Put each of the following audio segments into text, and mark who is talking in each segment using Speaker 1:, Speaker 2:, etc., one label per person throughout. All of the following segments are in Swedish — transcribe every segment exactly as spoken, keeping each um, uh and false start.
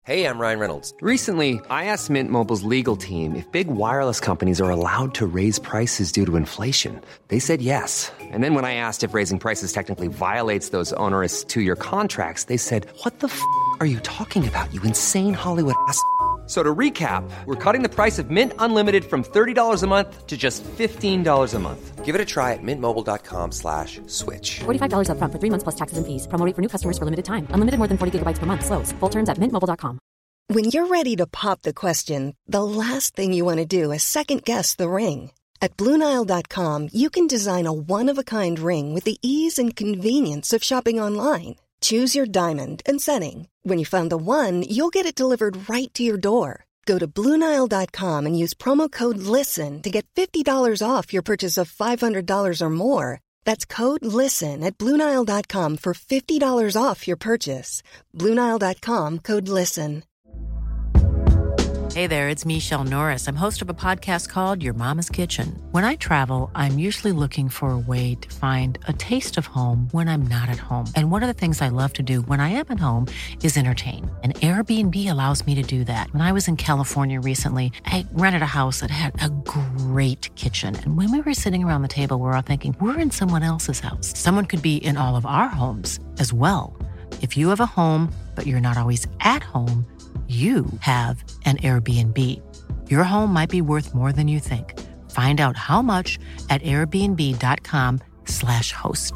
Speaker 1: Hey, I'm Ryan Reynolds.
Speaker 2: Recently, I asked Mint Mobile's legal team if big wireless companies are allowed to raise prices due to inflation. They said yes. And then when I asked if raising prices technically violates those onerous two-year contracts, they said, what the f*** are you talking about, you insane Hollywood ass f- So to recap, we're cutting the price of Mint Unlimited from thirty dollars a month to just fifteen dollars a month.
Speaker 1: Give it a try at mintmobile.com slash switch.
Speaker 3: forty-five dollars up front for three months plus taxes and fees. Promo rate for new customers for limited time. Unlimited more than forty gigabytes per month. Slows full terms at mint mobile dot com.
Speaker 4: When you're ready to pop the question, the last thing you want to do is second-guess the ring. At Blue Nile dot com, you can design a one-of-a-kind ring with the ease and convenience of shopping online. Choose your diamond and setting. When you find the one, you'll get it delivered right to your door. Go to Blue Nile dot com and use promo code LISTEN to get fifty dollars off your purchase of five hundred dollars or more. That's code LISTEN at Blue Nile dot com for fifty dollars off your purchase. Blue Nile dot com, code LISTEN.
Speaker 5: Hey there, it's Michelle Norris. I'm host of a podcast called Your Mama's Kitchen. When I travel, I'm usually looking for a way to find a taste of home when I'm not at home. And one of the things I love to do when I am at home is entertain. And Airbnb allows me to do that. When I was in California recently, I rented a house that had a great kitchen. And when we were sitting around the table, we were all thinking, we're in someone else's house. Someone could be in all of our homes as well. If you have a home, but you're not always at home, you have an Airbnb. Your home might be worth more than you think. Find out how much at airbnb.com slash host.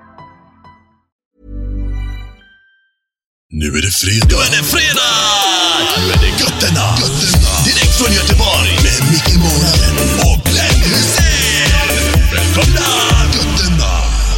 Speaker 6: Nu är det fredag. Nu är det fredag! Nu är det Götterna. Götterna. Direkt från Göteborg. Med Micke Månaden och Glenn Hussein. Välkomna! Götterna!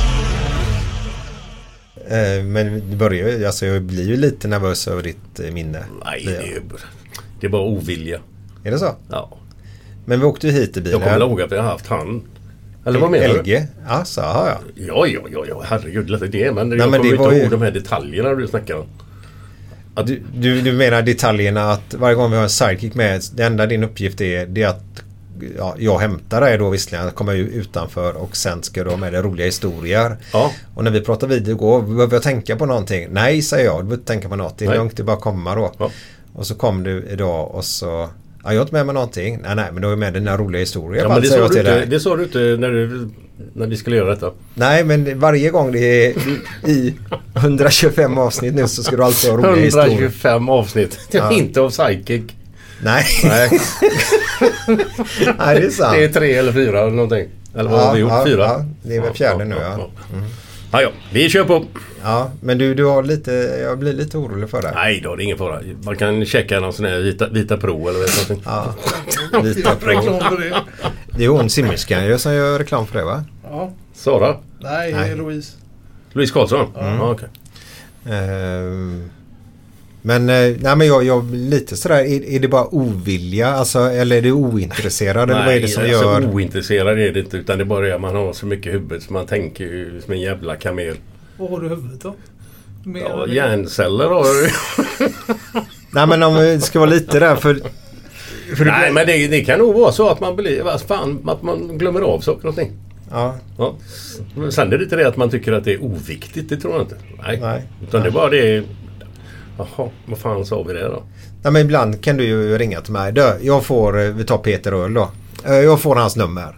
Speaker 7: Men det börjar ju, alltså jag blir ju lite nervös över ditt minne.
Speaker 8: Nej, det är, det är bara ovilja.
Speaker 7: Är det så?
Speaker 8: Ja.
Speaker 7: Men vi åkte ju hit i bilen.
Speaker 8: Jag kommer ihåg att vi har haft han. Eller vad menar
Speaker 7: L G?
Speaker 8: du?
Speaker 7: Ja, så har jag.
Speaker 8: Ja, ja, ja, ja, herregud, det är det. Men
Speaker 7: Nej,
Speaker 8: jag
Speaker 7: men
Speaker 8: kommer
Speaker 7: det
Speaker 8: inte
Speaker 7: ju...
Speaker 8: ihåg de här detaljerna du snackar om.
Speaker 7: Att... Du, du, du menar detaljerna att varje gång vi har en sidekick med, det enda din uppgift är, det är att ja, jag hämtar dig då visserligen, kommer ju utanför och sen ska du ha med dig roliga historier. Ja. Och när vi pratar video igår, behöver jag tänka på någonting? Nej, säger jag, du behöver inte tänka på något. Det är Nej. lugnt, det bara komma då. Ja. Och så kom du idag och så, ja, jag har inte med mig någonting. Nej, nej, men då är med dina roliga historier.
Speaker 8: Ja, men det sa, du inte, det sa du inte när, du, när vi skulle göra detta.
Speaker 7: Nej, men varje gång det är i hundratjugofem avsnitt nu så ska du alltid ha roliga historier.
Speaker 8: hundratjugofem avsnitt, det är ja. inte av sidekick.
Speaker 7: Nej. Nej. Nej, det är sant.
Speaker 8: Det är tre eller fyra eller någonting. Eller vad
Speaker 7: ja,
Speaker 8: har vi gjort?
Speaker 7: Ja,
Speaker 8: fyra?
Speaker 7: Ja, det är väl fjärde
Speaker 8: ja,
Speaker 7: nu,
Speaker 8: ja.
Speaker 7: ja.
Speaker 8: Ja. Mm. Ja, ja, vi kör på.
Speaker 7: Ja, men du, du har lite, jag blir lite orolig för det.
Speaker 8: Nej då, det är ingen fara. Man kan checka någon sån här vita, vita pro eller vet någonting.
Speaker 7: Ja, vita pro.
Speaker 9: det.
Speaker 7: Det är hon simmerskan som gör reklam för det, va?
Speaker 9: Ja.
Speaker 8: Sara?
Speaker 9: Nej, Nej. Louise.
Speaker 8: Louise Karlsson?
Speaker 7: Mm.
Speaker 8: Ja, okej.
Speaker 7: Okay. Uh, Men, nej, men jag, jag lite sådär, är, är det bara ovilja alltså, eller är det ointresserad?
Speaker 8: Nej,
Speaker 7: eller vad är det som
Speaker 8: alltså,
Speaker 7: gör?
Speaker 8: Ointresserad är det inte, utan det är bara att man har så mycket huvud så man tänker ju som en jävla kamel.
Speaker 9: Vad har du i huvudet då?
Speaker 8: Mer ja, hjärnceller har du.
Speaker 7: Nej, men om det ska vara lite där för...
Speaker 8: för nej, det... men det, det kan nog vara så att man blir, vad fan, att man glömmer av saker och ting.
Speaker 7: Ja.
Speaker 8: Ja. Sen är det inte det att man tycker att det är oviktigt, det tror jag inte. Nej,
Speaker 7: nej.
Speaker 8: Utan nej. Det är bara det. Jaha, vad fan sa vi det då?
Speaker 7: Ja, men ibland kan du ju ringa till mig. Dö, jag får, vi tar Peter Öl då. Jag får hans nummer.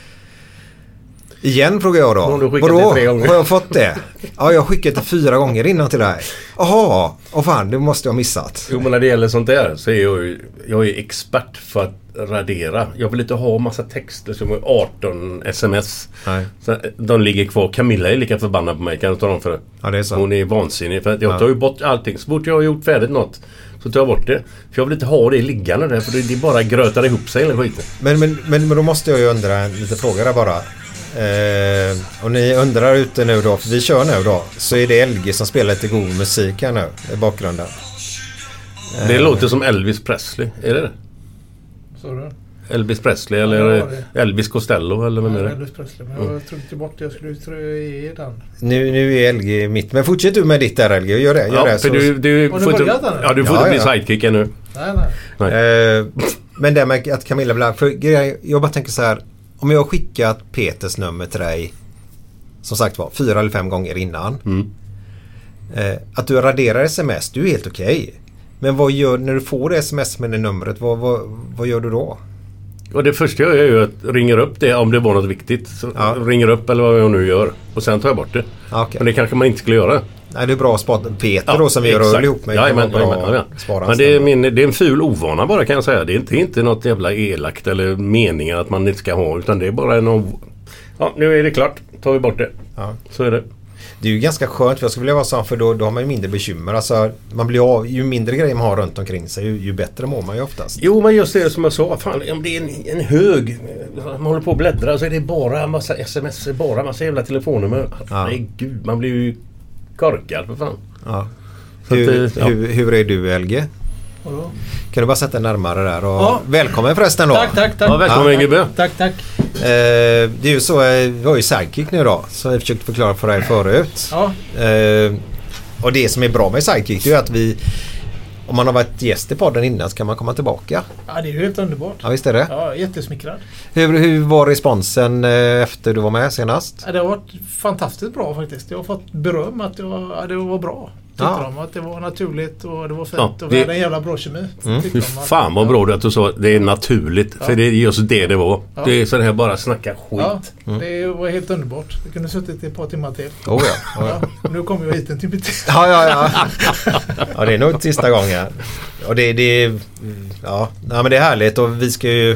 Speaker 7: Igen frågar jag då.
Speaker 8: Vadå?
Speaker 7: Har jag fått det? Ja, jag har skickat det fyra gånger innan till dig. Jaha, åh fan, det måste jag ha missat.
Speaker 8: Jo, men när det gäller sånt där så är jag ju, jag är expert för att radera. Jag vill inte ha massa texter som är arton sms.
Speaker 7: Nej.
Speaker 8: Så de ligger kvar. Camilla är lika förbannad på mig, kan jag ta dem för det.
Speaker 7: Ja, det är så.
Speaker 8: Hon är vansinnig för att jag tar ju bort allting. Så fort jag har gjort färdigt något så tar jag bort det. För jag vill inte ha det liggande där, för det, det bara grötar ihop sig eller skiten.
Speaker 7: Men, men, men, men då måste jag ju undra en liten fråga där bara. Eh, och ni undrar ute nu då, för vi kör nu då, så är det L G som spelar lite god musik här nu i bakgrunden.
Speaker 8: Eh. Det låter som Elvis Presley, är det det?
Speaker 9: Så du?
Speaker 8: Elvis Presley eller ja, Elvis Costello eller vad är det?
Speaker 9: Elvis Presley, men jag tryckte bort det, jag skulle tro i den.
Speaker 7: Nu, nu är L G mitt, men fortsätt du med ditt där L G, gör det. Gör
Speaker 8: ja,
Speaker 7: det
Speaker 8: för
Speaker 7: så...
Speaker 8: du, du
Speaker 9: har
Speaker 8: får
Speaker 9: du
Speaker 8: inte, ja, du får ja, inte bli
Speaker 7: ja.
Speaker 8: sidekick ännu.
Speaker 9: Nej, nej.
Speaker 7: nej. Eh, men det med att Camilla blir, för jag bara tänker så här, om jag har skickat Peters nummer till dig som sagt var, fyra eller fem gånger innan.
Speaker 8: Mm.
Speaker 7: Eh, att du raderar sms, du är helt okej. Okay. Men vad gör när du får det sms med det numret? Vad, vad, vad gör du då?
Speaker 8: Och det första jag gör är ju att ringer upp det om det var något viktigt. Så
Speaker 7: ja.
Speaker 8: ringer upp eller vad jag nu gör. Och sen tar jag bort det.
Speaker 7: Okay.
Speaker 8: Men det kanske man inte skulle göra.
Speaker 7: Nej, det är bra spot. Peter ja, då som vi gör ihop med.
Speaker 8: Ja, men, ja, men, ja. men det, är min, det är en ful ovana bara, kan jag säga. Det är inte, inte något jävla elakt eller meningen att man inte ska ha. Utan det är bara en... Ja, nu är det klart. Tar vi bort det. Ja. Så är det.
Speaker 7: Det är ju ganska skönt, för jag skulle vilja vara så, för då, då har man ju mindre bekymmer. Alltså, man blir av, ju mindre grejer man har runt omkring sig, ju, ju bättre mår man ju oftast.
Speaker 8: Jo, men just det som jag sa, fan, om det är en, en hög, man håller på att bläddra, så är det bara en massa sms, bara en massa jävla telefonnummer. Ja. Nej, gud, man blir ju korkad för fan.
Speaker 7: Ja. Hur, att, ja. hur, hur är du, Helge?
Speaker 9: Vadå?
Speaker 7: Kan du bara sätta närmare där? Och
Speaker 9: ja.
Speaker 7: Välkommen förresten då.
Speaker 9: Tack, tack, tack.
Speaker 8: Ja, välkommen, Gubbe.
Speaker 9: Ja. Tack, tack.
Speaker 7: Eh, det är ju så, vi har ju Sidekick nu då, som jag försökt förklara för dig förut.
Speaker 9: Ja.
Speaker 7: Eh, och det som är bra med Sidekick är ju att vi, om man har varit gäst i podden innan, så kan man komma tillbaka.
Speaker 9: Ja, det är ju helt underbart.
Speaker 7: Ja, visst är det.
Speaker 9: Ja, jättesmickrad.
Speaker 7: Hur, hur var responsen eh, efter du var med senast?
Speaker 9: Ja, det har varit fantastiskt bra faktiskt. Jag har fått beröm att det var, ja, det var bra. Tyckte
Speaker 7: ja.
Speaker 9: de att det var naturligt och det var fint
Speaker 8: ja,
Speaker 9: och
Speaker 8: det...
Speaker 9: vi hade en jävla bra kemi.
Speaker 8: Mm. Fan vad bra du att du sa det är naturligt. Ja. För det är just det det var. Ja. Det är så det här bara snacka skit.
Speaker 9: Ja, mm. Det var helt underbart. Vi kunde suttit ett par timmar till.
Speaker 7: Oh ja, oh ja.
Speaker 9: Ja, nu kommer jag hit en timme till.
Speaker 7: Ja, ja, ja. Ja, det är nog sista gången. Och det, det är ja, nej, men det är härligt och vi ska ju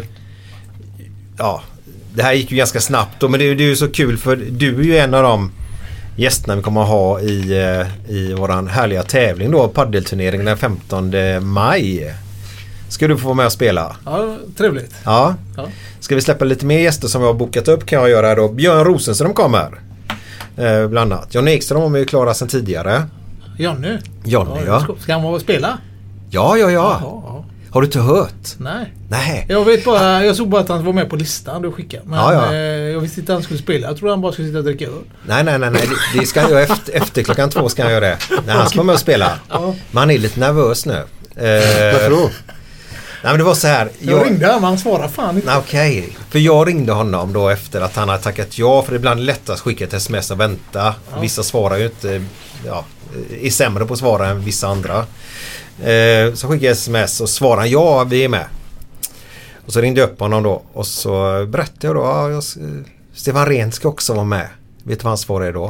Speaker 7: ja, det här gick ju ganska snabbt och, men det, det är ju så kul för du är ju en av dem gästerna vi kommer att ha i, i våran härliga tävling då, paddelturneringen den femtonde maj. Ska du få vara med och spela?
Speaker 9: Ja, trevligt.
Speaker 7: Ja. Ja. Ska vi släppa lite mer gäster som vi har bokat upp, kan jag göra då. Björn Rosenström kommer. Eh, bland annat. John Ekström har vi ju klara sedan tidigare.
Speaker 9: Jonny?
Speaker 7: Jonny, ja.
Speaker 9: ja. Ska han vara och spela?
Speaker 7: Ja, ja, ja.
Speaker 9: Jaha, ja.
Speaker 7: Har du inte hört?
Speaker 9: Nej.
Speaker 7: Nej.
Speaker 9: Jag vet bara, jag såg bara att han var med på listan du skickade. Men
Speaker 7: ja, ja.
Speaker 9: Eh, jag visste inte att han skulle spela. Jag tror han bara skulle sitta och dricka öl.
Speaker 7: Nej, nej, nej. nej. Det, det ska han göra efter, efter klockan två ska han göra det. När han ska med och spela. Ja. Men han är lite nervös nu. Eh,
Speaker 8: Varför då?
Speaker 7: Nej, men det var så här.
Speaker 9: Jag, jag ringde han, men han svarade fan inte.
Speaker 7: Okej. Okay. För jag ringde honom då efter att han har tackat ja. För det är ibland lättast att skicka ett sms och vänta. Ja. Vissa svarar ju inte, ja, är sämre på att svara än vissa andra. Eh, så skickade jag sms och svarade ja, vi är med. Och så ringde jag upp honom då och så berättade jag då, ja, jag, Stefan Rehn ska också vara med. Vet du vad han svarade då?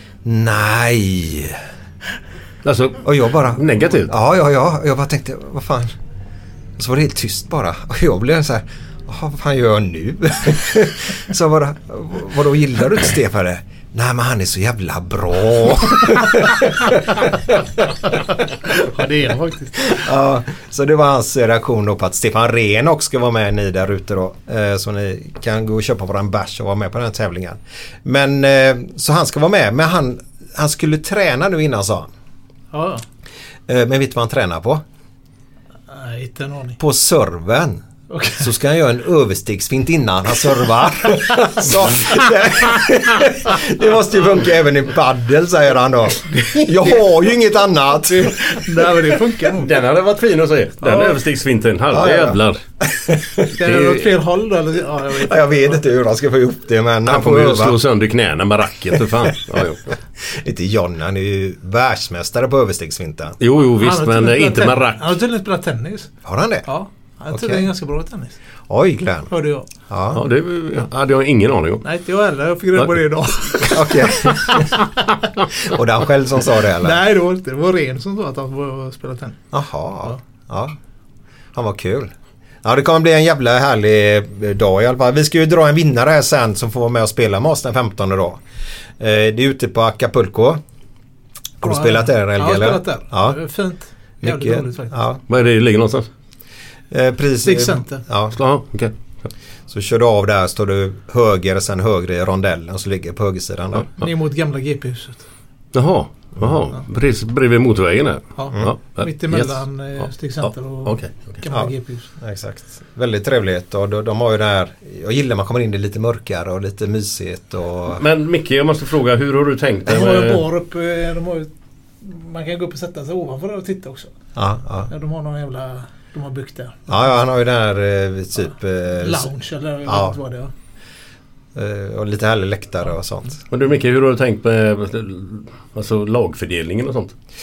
Speaker 7: Nej.
Speaker 8: Alltså, och jag bara negativt.
Speaker 7: Ja, ja, ja. Jag bara tänkte, vad fan. Och så var det helt tyst bara. Och jag blev så här, vad fan gör jag nu? Så var det, vadå, gillar du inte Stefan? Nej, men han är så jävla bra.
Speaker 9: Ja, det är han faktiskt.
Speaker 7: Ja, så det var hans reaktion då på att Stefan Rehn också ska vara med ni där ute då. Eh, så ni kan gå och köpa våran bärs och vara med på den här tävlingen. Men eh, så han ska vara med. Men han, han skulle träna nu innan, sa han.
Speaker 9: Ja.
Speaker 7: Eh, men vet du vad han tränar på?
Speaker 9: Nej, inte en aning.
Speaker 7: På serven.
Speaker 9: Okay.
Speaker 7: Så ska han göra en överstegsfint innan han servar. Så, det, det måste ju funka även i paddel, säger han då. Jag har ju inget annat.
Speaker 9: Nej, men det funkar nog.
Speaker 8: Den hade varit fin att se. Den ja. Överstegsfinten, halva ja, ja. jävlar.
Speaker 9: Ska det vara åt fel håll då? Eller? Ja, jag, vet
Speaker 7: ja, jag vet inte hur han ska få upp det, men
Speaker 8: han får ju slå sönder knäna med racket för fan. Ja, jo.
Speaker 7: Inte John, han är ju världsmästare på överstegsfinten.
Speaker 8: Jo, jo, visst, men inte med racket.
Speaker 9: Han har tydligen spelat tennis.
Speaker 7: Har han det?
Speaker 9: Ja. Jag tror det är ganska bra tennis.
Speaker 7: Oj, Glenn.
Speaker 9: Hörde jag.
Speaker 7: Ja,
Speaker 8: ja det hade jag ingen aning om.
Speaker 9: Nej, inte jag heller. Jag fick reda på det idag.
Speaker 7: Okej. Och det han själv som sa det, eller?
Speaker 9: Nej, det var inte. Det var Ren som sa att han var spela tennis.
Speaker 7: Jaha. Ja. ja. Han var kul. Ja, det kommer bli en jävla härlig dag i alla fall. Vi ska ju dra en vinnare här sen som får vara med och spela med oss den femtonde då. Det är ute på Acapulco. Har du
Speaker 9: ja,
Speaker 7: spelat där, Helge?
Speaker 9: Ja, jag har spelat där.
Speaker 7: Ja.
Speaker 9: Det är fint. Jävligt roligt faktiskt.
Speaker 7: Ja.
Speaker 8: Var är det ligger någonstans?
Speaker 7: Eh, precis.
Speaker 9: Six Center.
Speaker 7: Ja.
Speaker 8: Ja, okej. Okay.
Speaker 7: Så kör du av där, står du höger sen högre i rondellen och så ligger på högersidan där.
Speaker 9: Ja. Ner mot gamla G P-huset.
Speaker 8: Jaha, jaha. Ja. Precis bredvid motorvägen där.
Speaker 9: Ja, mm. ja. Mitt emellan yes. Six Center
Speaker 8: ja.
Speaker 9: och
Speaker 8: okay. Okay.
Speaker 9: gamla
Speaker 7: ja.
Speaker 9: G P-huset.
Speaker 7: Exakt. Väldigt trevligt och de, de har ju det här, jag gillar man kommer in det lite mörkare och lite mysigt. Och...
Speaker 8: Men Micke, jag måste fråga, hur har du tänkt?
Speaker 9: De har ju bar uppe, de har ju, man kan gå upp och sätta sig ovanför och titta också.
Speaker 7: Ja, ja.
Speaker 9: Ja, de har någon jävla... De har byggt där.
Speaker 7: Ja, ja, han har ju den här typ...
Speaker 9: Ja. Lounge eller jag
Speaker 7: ja.
Speaker 9: vet inte vad det är.
Speaker 7: Och lite härlig läktare och sånt.
Speaker 8: Men du Micke, hur har du tänkt med alltså, lagfördelningen och sånt?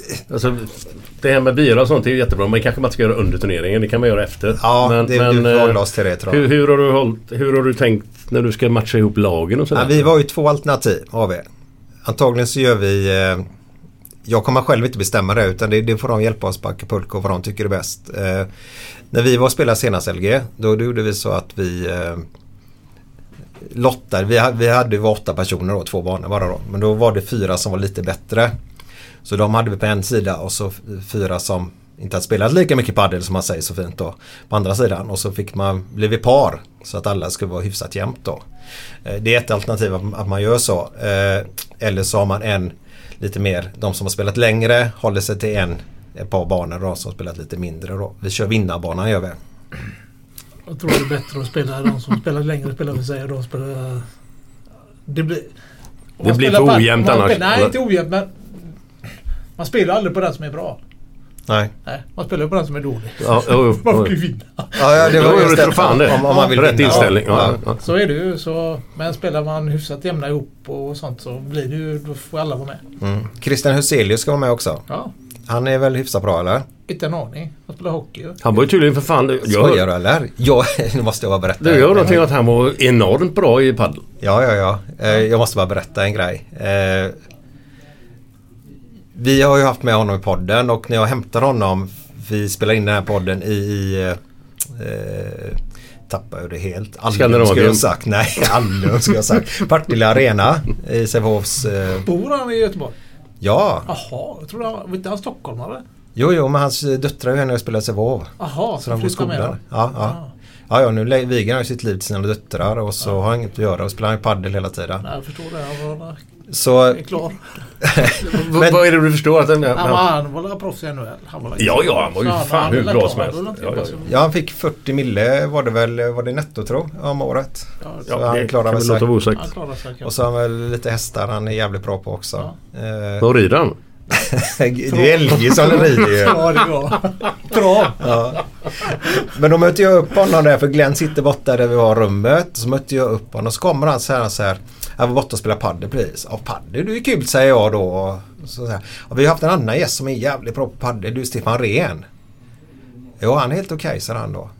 Speaker 8: Alltså, det här med bilar och sånt är jättebra. Men kanske man ska göra under turneringen. Det kan man göra efter.
Speaker 7: Ja,
Speaker 8: men,
Speaker 7: det,
Speaker 8: men,
Speaker 7: du får hålla oss till det, tror jag.
Speaker 8: Hur, hur, har du hållit, hur har du tänkt när du ska matcha ihop lagen och sådär?
Speaker 7: Ja, vi var ju två alternativ av er. Antagligen så gör vi... Eh, jag kommer själv inte bestämma det, utan det, det får de hjälpa oss på Acapulco vad de tycker är bäst. Eh, när vi var och spelade senast L G, då, då gjorde vi så att vi... Eh, lottade. Vi, vi hade ju åtta personer och två banor bara då. Men då var det fyra som var lite bättre. Så de hade vi på en sida och så fyra som inte hade spelat lika mycket paddel som man säger så fint då på andra sidan. Och så fick man, blev vi par så att alla skulle vara hyfsat jämnt då. Det är ett alternativ att man gör så. Eller så har man en lite mer, de som har spelat längre håller sig till en ett par banor då, som har spelat lite mindre då. Vi kör vinnarbanan gör vi.
Speaker 9: Jag tror det är bättre att spela de som spelar längre spelar för sig och de spelar... Det blir...
Speaker 8: Det blir för ojämnt annars.
Speaker 9: Spelar, nej, inte ojämnt, men man spelar aldrig på den som är bra.
Speaker 7: Nej.
Speaker 9: Nej, man spelar på den som är dålig.
Speaker 8: Ja, ja,
Speaker 9: man vill vinna.
Speaker 7: Ja, ja, det var
Speaker 8: ju
Speaker 7: just det.
Speaker 8: Fan det.
Speaker 7: Om, om man vill
Speaker 8: rätt
Speaker 7: vinna.
Speaker 8: inställning. Ja,
Speaker 7: Ja.
Speaker 8: ja.
Speaker 9: Så är det ju. Så, men spelar man hyfsat jämna ihop och sånt så blir det ju, då får alla vara med.
Speaker 7: Mm. Christian Huselius ska vara med också.
Speaker 9: Ja.
Speaker 7: Han är väl hyfsat bra, eller?
Speaker 9: Inte en aning. Han spelar hockey.
Speaker 8: Han var ju tydligen för fan...
Speaker 7: Skojar du, eller? Ja, nu måste jag bara berätta.
Speaker 8: Du gör någonting att han var enormt bra i paddel.
Speaker 7: Ja, ja, ja. Eh, jag måste bara berätta en grej. Eh, vi har ju haft med honom i podden och när jag hämtar honom, vi spelar in den här podden i... i eh, tappar jag det helt. Allum ska jag ha sagt. Nej, Allum ska jag ha sagt. Partille Arena i Sävehofs... Eh...
Speaker 9: Bor han i Göteborg?
Speaker 7: Ja.
Speaker 9: Jaha, jag tror han var inte han stockholmare.
Speaker 7: Jo, jo, men hans döttrar är ju henne och spelar Sävehof.
Speaker 9: Jaha,
Speaker 7: så de går skolan. Ja, ja. Ah. Ja, ja, nu viger han ju sitt liv till sina döttrar och så ja. har han inget att göra och spelar han paddel hela tiden.
Speaker 9: Nej, jag förstår det. Han var
Speaker 7: så...
Speaker 9: är klar.
Speaker 8: men, vad är det du förstår? Att den,
Speaker 9: ja, han, han var la proffs i N H L. Han var
Speaker 8: ja, ja, han var ju fan, fan hur bra som helst.
Speaker 7: Ja, ja. ja, han fick fyrtio mille var det väl, var det netto tro, om året. Ja, så ja, han klarade sig.
Speaker 8: Han
Speaker 7: klarade sig. Och så har han väl lite hästar han är jävligt bra på också.
Speaker 8: Ja. Eh. Vad rider han?
Speaker 7: Det är L G som rider ju.
Speaker 9: Ja, det var bra.
Speaker 7: Ja. Men då mötte jag upp honom där, för Glenn sitter borta där vi har rummet. Så mötte jag upp honom och så kommer han så här, så här jag var borta och spela paddel precis. Ja, paddel, du är kul, säger jag då. Och så här. Och vi har haft en annan gäst som är jävligt bra på paddel. Du är Stefan Rehn. Jo, han är helt okej, okay, säger han då.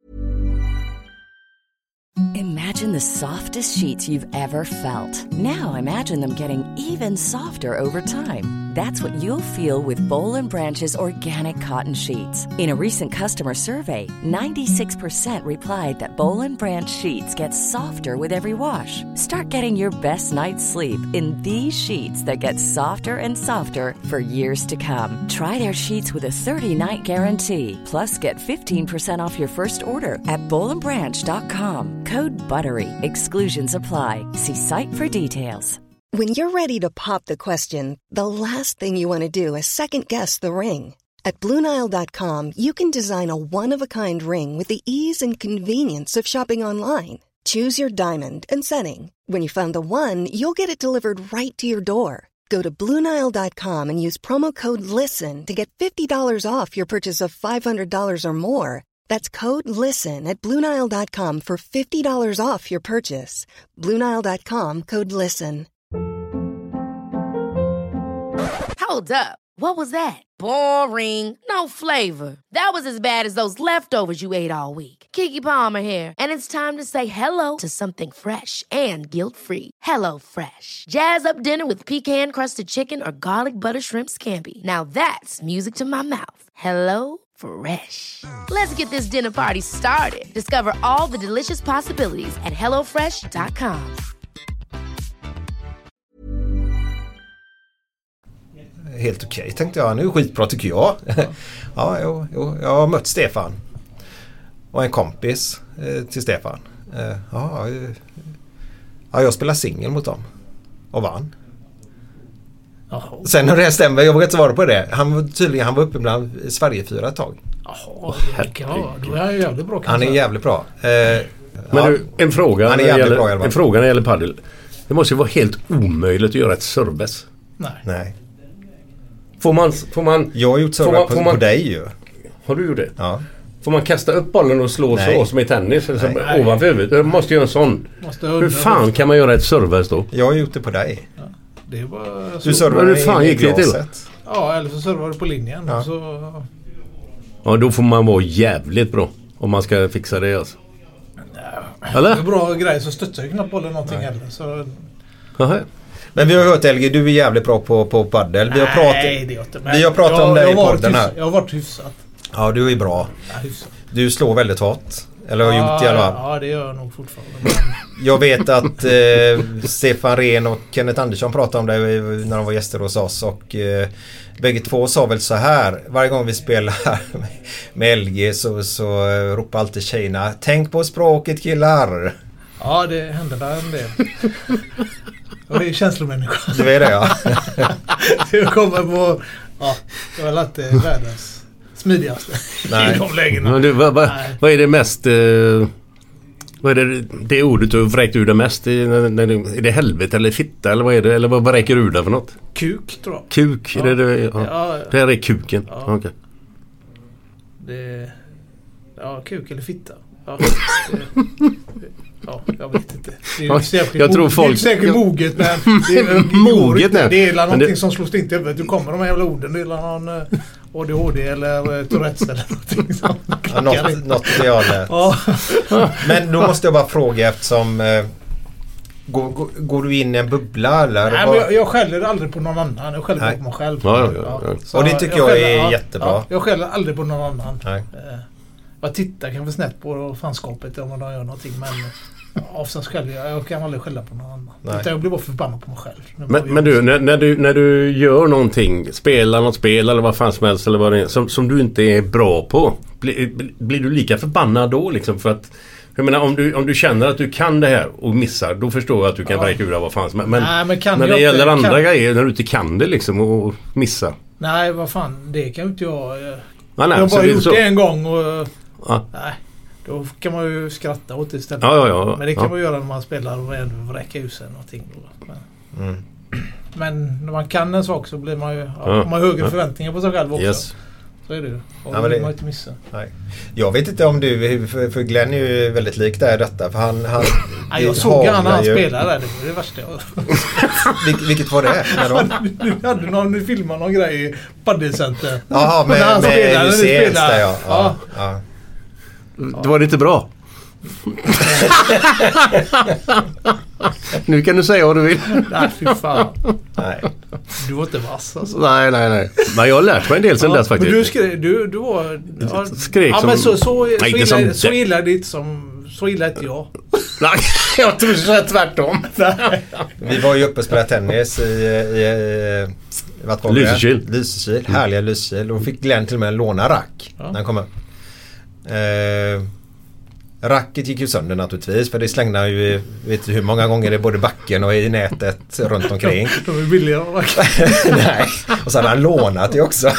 Speaker 10: Imagine the softest sheets you've ever felt. Now imagine them getting even softer over time. That's what you'll feel with Boll and Branch's organic cotton sheets. In a recent customer survey, ninety-six percent replied that Boll and Branch sheets get softer with every wash. Start getting your best night's sleep in these sheets that get softer and softer for years to come. Try their sheets with a thirty-night guarantee. Plus, get fifteen percent off your first order at boll and branch dot com. Code BUTTERY. Exclusions apply. See site for details.
Speaker 4: When you're ready to pop the question, the last thing you want to do is second-guess the ring. At Blue Nile dot com, you can design a one-of-a-kind ring with the ease and convenience of shopping online. Choose your diamond and setting. When you find the one, you'll get it delivered right to your door. Go to Blue Nile dot com and use promo code LISTEN to get fifty dollars off your purchase of five hundred dollars or more. That's code LISTEN at Blue Nile dot com for fifty dollars off your purchase. Blue Nile dot com, code LISTEN.
Speaker 11: Hold up. What was that? Boring. No flavor. That was as bad as those leftovers you ate all week. Keke Palmer here, and it's time to say hello to something fresh and guilt-free. Hello Fresh. Jazz up dinner with pecan-crusted chicken or garlic butter shrimp scampi. Now that's music to my mouth. Hello Fresh. Let's get this dinner party started. Discover all the delicious possibilities at hello fresh dot com.
Speaker 7: Helt okej, okay, tänkte jag. Nu är skitbra tycker jag. Ja, ja jo, jo, jag har mött Stefan. Och en kompis eh, till Stefan. Eh, ja, eh, ja, jag spelar singel mot dem. Och vann. Jaha. Sen när det stämmer, jag vågar inte svara på det. Han var tydligen, han var uppe bland Sverige fyra ett tag.
Speaker 9: Jaha, ja, då är han jävligt bra.
Speaker 7: Han är jävligt bra. Eh,
Speaker 8: Men
Speaker 7: ja,
Speaker 8: du, en fråga
Speaker 7: han är
Speaker 8: när det
Speaker 7: jävligt
Speaker 8: gäller,
Speaker 7: bra,
Speaker 8: en fråga när det gäller paddel. Det måste ju vara helt omöjligt att göra ett serves.
Speaker 9: Nej.
Speaker 7: Nej.
Speaker 8: Får man, får man,
Speaker 7: jag har gjort serve på,
Speaker 8: man,
Speaker 7: på dig ju.
Speaker 8: Har du gjort det?
Speaker 7: Ja.
Speaker 8: Får man kasta upp bollen och slå
Speaker 7: Nej.
Speaker 8: så som i tennis eller som
Speaker 9: Nej.
Speaker 8: ovanför huvudet? Du måste göra en sån. Hur fan kan man göra ett serves då?
Speaker 7: Jag har gjort det på dig.
Speaker 9: Ja. Det var
Speaker 7: du servade
Speaker 8: hur fan gick det till?
Speaker 9: Ja, eller så servar du på linjen.
Speaker 7: Ja.
Speaker 9: Och så...
Speaker 8: Ja, då får man vara jävligt bra om man ska fixa det alltså. Eller?
Speaker 9: Det är bra grej så stöttar ju knappt bollen någonting heller. Så...
Speaker 8: Jaha.
Speaker 7: Men vi har hört L G, du är jävligt bra på, på paddel. Vi har pratat,
Speaker 9: Nej, det är inte.
Speaker 7: vi har pratat
Speaker 9: jag,
Speaker 7: om dig i
Speaker 9: jag
Speaker 7: podden här.
Speaker 9: Jag har varit hyfsat.
Speaker 7: Ja, du är bra.
Speaker 9: Ja, hyfsat.
Speaker 7: Du slår väldigt hårt. Eller har
Speaker 9: Ja,
Speaker 7: gjort i alla fall.
Speaker 9: ja, det gör jag nog fortfarande.
Speaker 7: Jag vet att eh, Stefan Rehn och Kenneth Andersson pratade om det när de var gäster hos oss. Och eh, bägge två sa väl så här. Varje gång vi spelar med L G så, så eh, ropar alltid tjejerna: tänk på språket, killar.
Speaker 9: Ja, det händer där en del. Och det är känslomänniska.
Speaker 7: Du är det, ja.
Speaker 9: Jag kommer på... Ja, jag har lagt det världens smidigaste.
Speaker 7: Nej.
Speaker 9: I de lägena.
Speaker 8: Men du, vad, vad, vad är det mest... Eh, vad är det, det ordet du vräkt ur det mest? I, när, när, är det helvete eller fitta? Eller vad är det? Eller vad vräker du ur det för något?
Speaker 9: Kuk, tror jag.
Speaker 8: Kuk?
Speaker 9: Ja.
Speaker 8: Är det, det, ja.
Speaker 9: Ja, ja.
Speaker 8: Det här är kuken?
Speaker 9: Ja.
Speaker 8: Okay.
Speaker 9: Det... Ja, kuk eller fitta. Ja, det, ja jag vet inte. Det är ju säkert,
Speaker 8: jag tror folk...
Speaker 9: det är säkert moget, men... Det är,
Speaker 8: moget, nej.
Speaker 9: Det är någonting
Speaker 8: det...
Speaker 9: som slås inte över. Du kommer de här jävla orden. Det är någon uh, A D H D eller uh, Tourettes eller någonting sånt.
Speaker 7: Ja, något, något det jag lärt.
Speaker 9: Ja.
Speaker 7: Men då måste jag bara fråga eftersom... Eh, går, går, går du in i en bubbla eller?
Speaker 9: Nej, men jag, jag skäller aldrig på någon annan. Jag skäller
Speaker 7: Nej.
Speaker 9: på mig själv.
Speaker 8: Ja, ja, ja, ja.
Speaker 9: Så
Speaker 7: och det tycker jag,
Speaker 9: jag skäller,
Speaker 7: är
Speaker 9: ja,
Speaker 7: jättebra.
Speaker 9: Ja, jag skäller aldrig på någon annan.
Speaker 7: Nej.
Speaker 9: Eh, jag tittar kanske snett på fanskapet om de gör någonting, men oftast skäller jag. Jag kan aldrig skälla på någon annan. Utan jag blir bara förbannad på mig själv.
Speaker 8: Men, men du när, när du, när du gör någonting, spelar något spel eller vad fan som helst eller vad det är, som, som du inte är bra på, blir, blir du lika förbannad då liksom? För att jag menar, om du, om du känner att du kan det här och missar, då förstår jag att du kan ja. vräka ur det vad fan. Men,
Speaker 9: Nej, men kan
Speaker 8: när det gäller
Speaker 9: inte,
Speaker 8: andra
Speaker 9: kan...
Speaker 8: grejer, när du inte kan det liksom och missar.
Speaker 9: Nej, vad fan, det kan inte jag. Jag,
Speaker 8: nej, nej,
Speaker 9: jag har bara
Speaker 8: det
Speaker 9: gjort
Speaker 8: så.
Speaker 9: det en gång och...
Speaker 8: Ja.
Speaker 9: Nej, då kan man ju skratta åt det istället.
Speaker 8: Ja, ja, ja,
Speaker 9: men det kan
Speaker 8: ja.
Speaker 9: man göra när man spelar och vräka ur sig någonting. Men,
Speaker 7: Mm.
Speaker 9: men när man kan en sak så blir man ju... Ja,
Speaker 8: Ja.
Speaker 9: man har högre
Speaker 8: Ja.
Speaker 9: förväntningar på sig själv också.
Speaker 8: Yes.
Speaker 9: Så är det ju. Och
Speaker 7: Ja,
Speaker 9: det vill
Speaker 7: det...
Speaker 9: man inte missa.
Speaker 7: Nej. Jag vet inte om du... För, för Glenn är ju väldigt lik där i detta. För han... han
Speaker 9: ja, jag såg han när han ju... spelade där. Det var det värsta jag...
Speaker 7: Vil, vilket var det?
Speaker 9: Du hade någon, du filmade någon grej i Paddelcenter.
Speaker 7: Jaha, med,
Speaker 9: han
Speaker 7: med
Speaker 9: spelade,
Speaker 7: U C S där, ja.
Speaker 9: Ja.
Speaker 7: Ja.
Speaker 8: Ja. Det var inte bra. Nu kan du säga vad du vill.
Speaker 9: Nej, fy fan.
Speaker 7: Nej.
Speaker 9: Du var inte vass alltså.
Speaker 8: Nej, nej, nej. Men jag har lärt mig en del sen
Speaker 9: ja,
Speaker 8: dess faktiskt.
Speaker 9: Men du skrev, du, du var... Ja,
Speaker 8: skrek
Speaker 9: ja,
Speaker 8: som...
Speaker 9: men så, så,
Speaker 8: nej,
Speaker 9: så, illa,
Speaker 8: som...
Speaker 9: så illa ditt som... Så illa inte jag.
Speaker 8: Nej, jag tror så tvärtom.
Speaker 7: Vi var ju uppe och spelade tennis i... i, i vad var det?
Speaker 8: Lysekil.
Speaker 7: Lysekil. Härliga Lysekil. Och fick Glenn till och med låna rack
Speaker 9: ja.
Speaker 7: när han kom upp. Eh, racket gick ju sönder naturligtvis. För det slängde han ju vet du hur många gånger i både backen och i nätet runt omkring.
Speaker 9: De är billiga rack.
Speaker 7: Nej. Och så hade han lånat det också.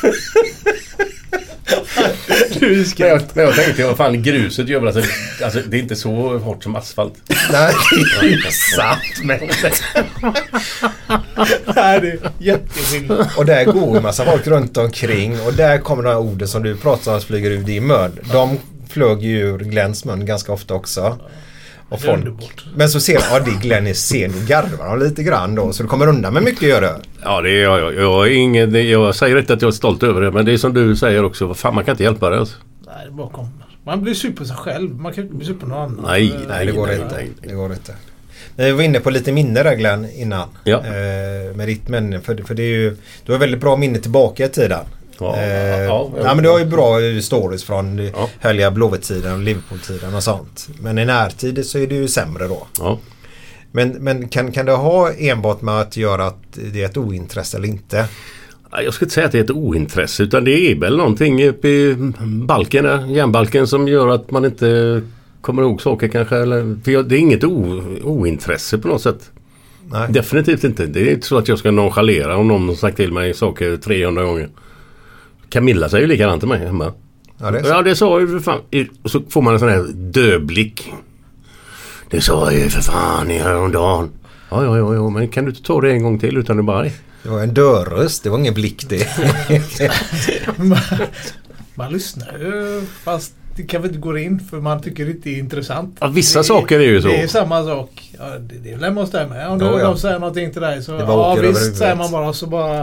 Speaker 8: Du ska jag, men jag tänkte, vad fan, gruset gör väl alltså, alltså, det är inte så hårt som asfalt.
Speaker 7: Nej, det är ju sant. Men...
Speaker 9: Nej, det är jätteskillnad.
Speaker 7: Och där går en massa folk runt omkring. Och där kommer de här orden som du pratar om flyger ur din mun. De flög ju ur Glenns mun ganska ofta också. Och folk. Men så ser ja, det Glenn är sen och garvar lite grann då. Så du kommer undan med mycket gör det.
Speaker 8: Ja, det är jag. Jag, jag, är ingen, det, jag säger inte att jag är stolt över det. Men det är som du säger också. Fan, man kan inte hjälpa det alltså.
Speaker 9: Nej, det bara kommer. Man blir sur på sig själv. Man kan inte bli sur på någon annan.
Speaker 8: Nej,
Speaker 7: nej,
Speaker 8: nej
Speaker 7: det går
Speaker 8: nej,
Speaker 7: inte.
Speaker 8: nej.
Speaker 7: Det går inte. Vi var inne på lite minne där Glenn innan.
Speaker 8: Ja.
Speaker 7: Eh, med ditt minne. För, för det är ju, du har väldigt bra minne tillbaka i tiden.
Speaker 8: Ja,
Speaker 7: eh,
Speaker 8: ja, ja,
Speaker 7: ja, men du har ju bra stories från
Speaker 8: ja.
Speaker 7: härliga Blåvitt-tiden och Liverpool-tiden och sånt. Men i närtid så är det ju sämre då.
Speaker 8: Ja.
Speaker 7: Men, men kan, kan det ha enbart med att göra att det är ett ointresse eller inte?
Speaker 8: Jag ska inte säga att det är ett ointresse, utan det är väl någonting uppe i balken, järnbalken, som gör att man inte kommer ihåg saker kanske. Eller, för det är inget o, ointresse på något sätt.
Speaker 7: Nej.
Speaker 8: Definitivt inte. Det är inte så att jag ska nonchalera om någon har sagt till mig saker trehundra gånger. Camilla säger ju likadant till mig hemma.
Speaker 7: Ja, det,
Speaker 8: ja, det sa ju för fan. Och så får man en sån här döblick. Det sa jag ju för fan i häromdagen. Ja, ja, ja, ja, men kan du inte ta det en gång till utan du bara...
Speaker 7: Det var en dörröst, det var ingen blick det.
Speaker 9: man, man lyssnar ju, fast det kan väl inte gå in för man tycker det inte är intressant.
Speaker 8: Ja, vissa
Speaker 9: det,
Speaker 8: saker är ju så.
Speaker 9: Det är samma sak. Ja, det, det lämnar oss där med. Om
Speaker 7: ja,
Speaker 9: de
Speaker 7: ja.
Speaker 9: säger någonting till dig så
Speaker 7: det
Speaker 9: ja,
Speaker 7: visst
Speaker 9: säger man bara så bara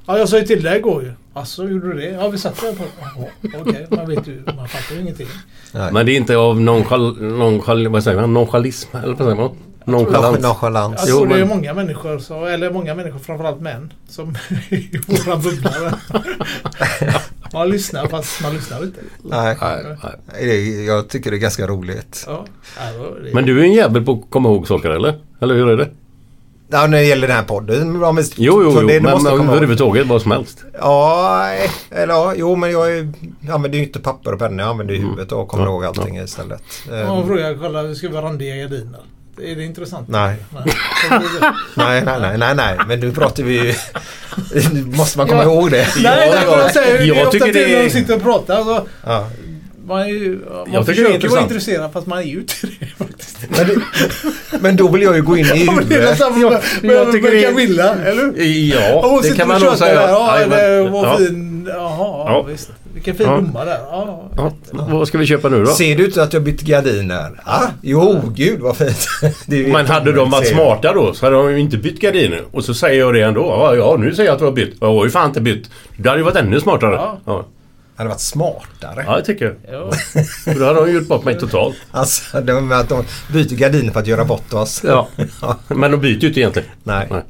Speaker 9: Ja, jag sa ju till dig igår ju. Alltså, gjorde du det? Ja, vi satt där på... Ja, okej, okay. Man vet ju, man fattar ju ingenting.
Speaker 8: Nej. Men det är inte av nonchal... nonchal vad säger man? Nonchalism? Eller vad säger man? Nonchalans.
Speaker 7: Nonchalans.
Speaker 9: Jag tror det är många människor, så, eller många människor, framförallt män, som i våra bubblar. Man lyssnar fast man lyssnar inte.
Speaker 7: Nej, nej, nej. Jag tycker det är ganska roligt.
Speaker 9: Ja,
Speaker 8: är... Men du är en jävel på att komma ihåg saker, eller? Eller hur är det?
Speaker 7: Ja, när det gäller den här podden. Ja, men,
Speaker 8: jo, jo, jo.
Speaker 7: Det,
Speaker 8: men överhuvudtaget vad som helst.
Speaker 7: Ja, eller ja, jo, men jag, är, jag använder ju inte papper och penna. Jag använder ju mm. huvudet och kommer ja, ihåg allting ja. istället.
Speaker 9: Ja, frågar, kolla, vi ska vara randiga gardiner. Är det intressant?
Speaker 7: Nej. nej, nej, nej, nej, nej. Men nu pratar vi ju... måste man komma ja. ihåg det.
Speaker 9: Nej,
Speaker 7: ja,
Speaker 9: nej, men jag säger
Speaker 8: jag
Speaker 9: det
Speaker 8: tycker det är...
Speaker 9: när de sitter och pratar. Alltså,
Speaker 7: ja.
Speaker 9: Man, är ju, man
Speaker 8: jag
Speaker 9: försöker det vara intresserad fast man är ju inte det faktiskt.
Speaker 7: Men, det, men då vill jag ju gå in i huvudet.
Speaker 9: Det är samma med, med, med, med Camilla, eller?
Speaker 8: Ja, det kan man nog säga.
Speaker 9: Där. Ja,
Speaker 8: ja,
Speaker 9: det var
Speaker 8: ja.
Speaker 9: fin. Jaha, ja. visst. Vilken fin ja. domare där. Ja,
Speaker 8: ja. Vad ska vi köpa nu då?
Speaker 7: Ser du inte att jag bytt gardiner? Ah, jo, gud vad fint.
Speaker 8: Men hade de varit smarta då så hade de ju inte bytt gardiner. Och så säger jag det ändå. Ja, ja nu säger jag att du har bytt. Jag har ju fan inte bytt. Det hade ju varit ännu smartare.
Speaker 9: Ja.
Speaker 8: Ja.
Speaker 7: Hade varit smartare.
Speaker 8: Ja, jag tycker jag. Ja. Då hade de gjort bort mig totalt.
Speaker 7: Alltså, det med att de byter gardiner för att göra bort oss.
Speaker 8: Ja, men de byter ju inte egentligen.
Speaker 7: Nej. Nej.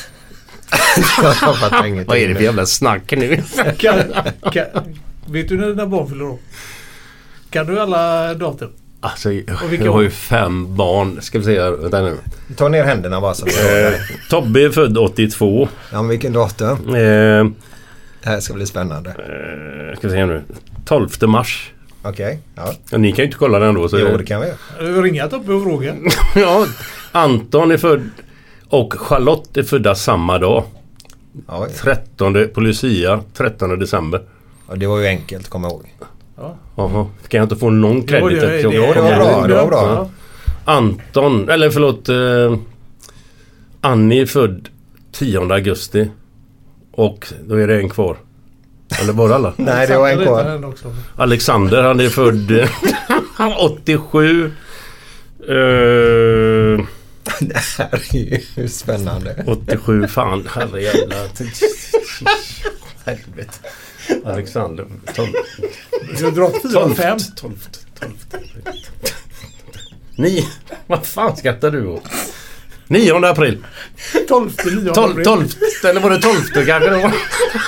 Speaker 8: Vad är det för jävla snack nu?
Speaker 9: kan, kan, vet du när dina barn fyller år? Kan du alla datum?
Speaker 8: Alltså, jag har ju fem barn. Ska vi se, vänta nu.
Speaker 7: Ta ner händerna bara så.
Speaker 8: Eh, Tobbe är född åttiotvå.
Speaker 7: Ja, men vilken datum?
Speaker 8: Eh,
Speaker 7: det här ska bli spännande.
Speaker 8: Eh, ska vi se nu. tolfte mars.
Speaker 7: Okej, okay, ja.
Speaker 8: ja. Ni kan ju inte kolla den då. Så
Speaker 7: jo, det kan vi.
Speaker 9: Du ringa Tobbe och fråga.
Speaker 8: Ja, Anton är född och Charlotte är födda samma dag.
Speaker 7: Ja,
Speaker 8: trettonde på Lucia, trettonde december.
Speaker 7: Ja, det var ju enkelt, komma ihåg.
Speaker 9: Ja.
Speaker 8: Jaha, kan jag inte få någon kredit?
Speaker 7: Jo, det, det, det, det var bra, det var bra.
Speaker 8: Ja. Anton, eller förlåt eh, Annie är född tionde augusti. Och då är det en kvar. Eller bara alla?
Speaker 7: Nej, det var en kvar.
Speaker 8: Alexander, han är född åttiosju. Eh,
Speaker 7: det här är ju spännande.
Speaker 8: åttiosju, fan, herre jävla. Helvete. Alexander.
Speaker 9: Du har dragit fyra och fem.
Speaker 8: tolft, tolft. Nio. Vad fan skrattar du åt? nionde april.
Speaker 9: tolfte, nionde april.
Speaker 8: tolfte, eller var det tolfte kanske det var?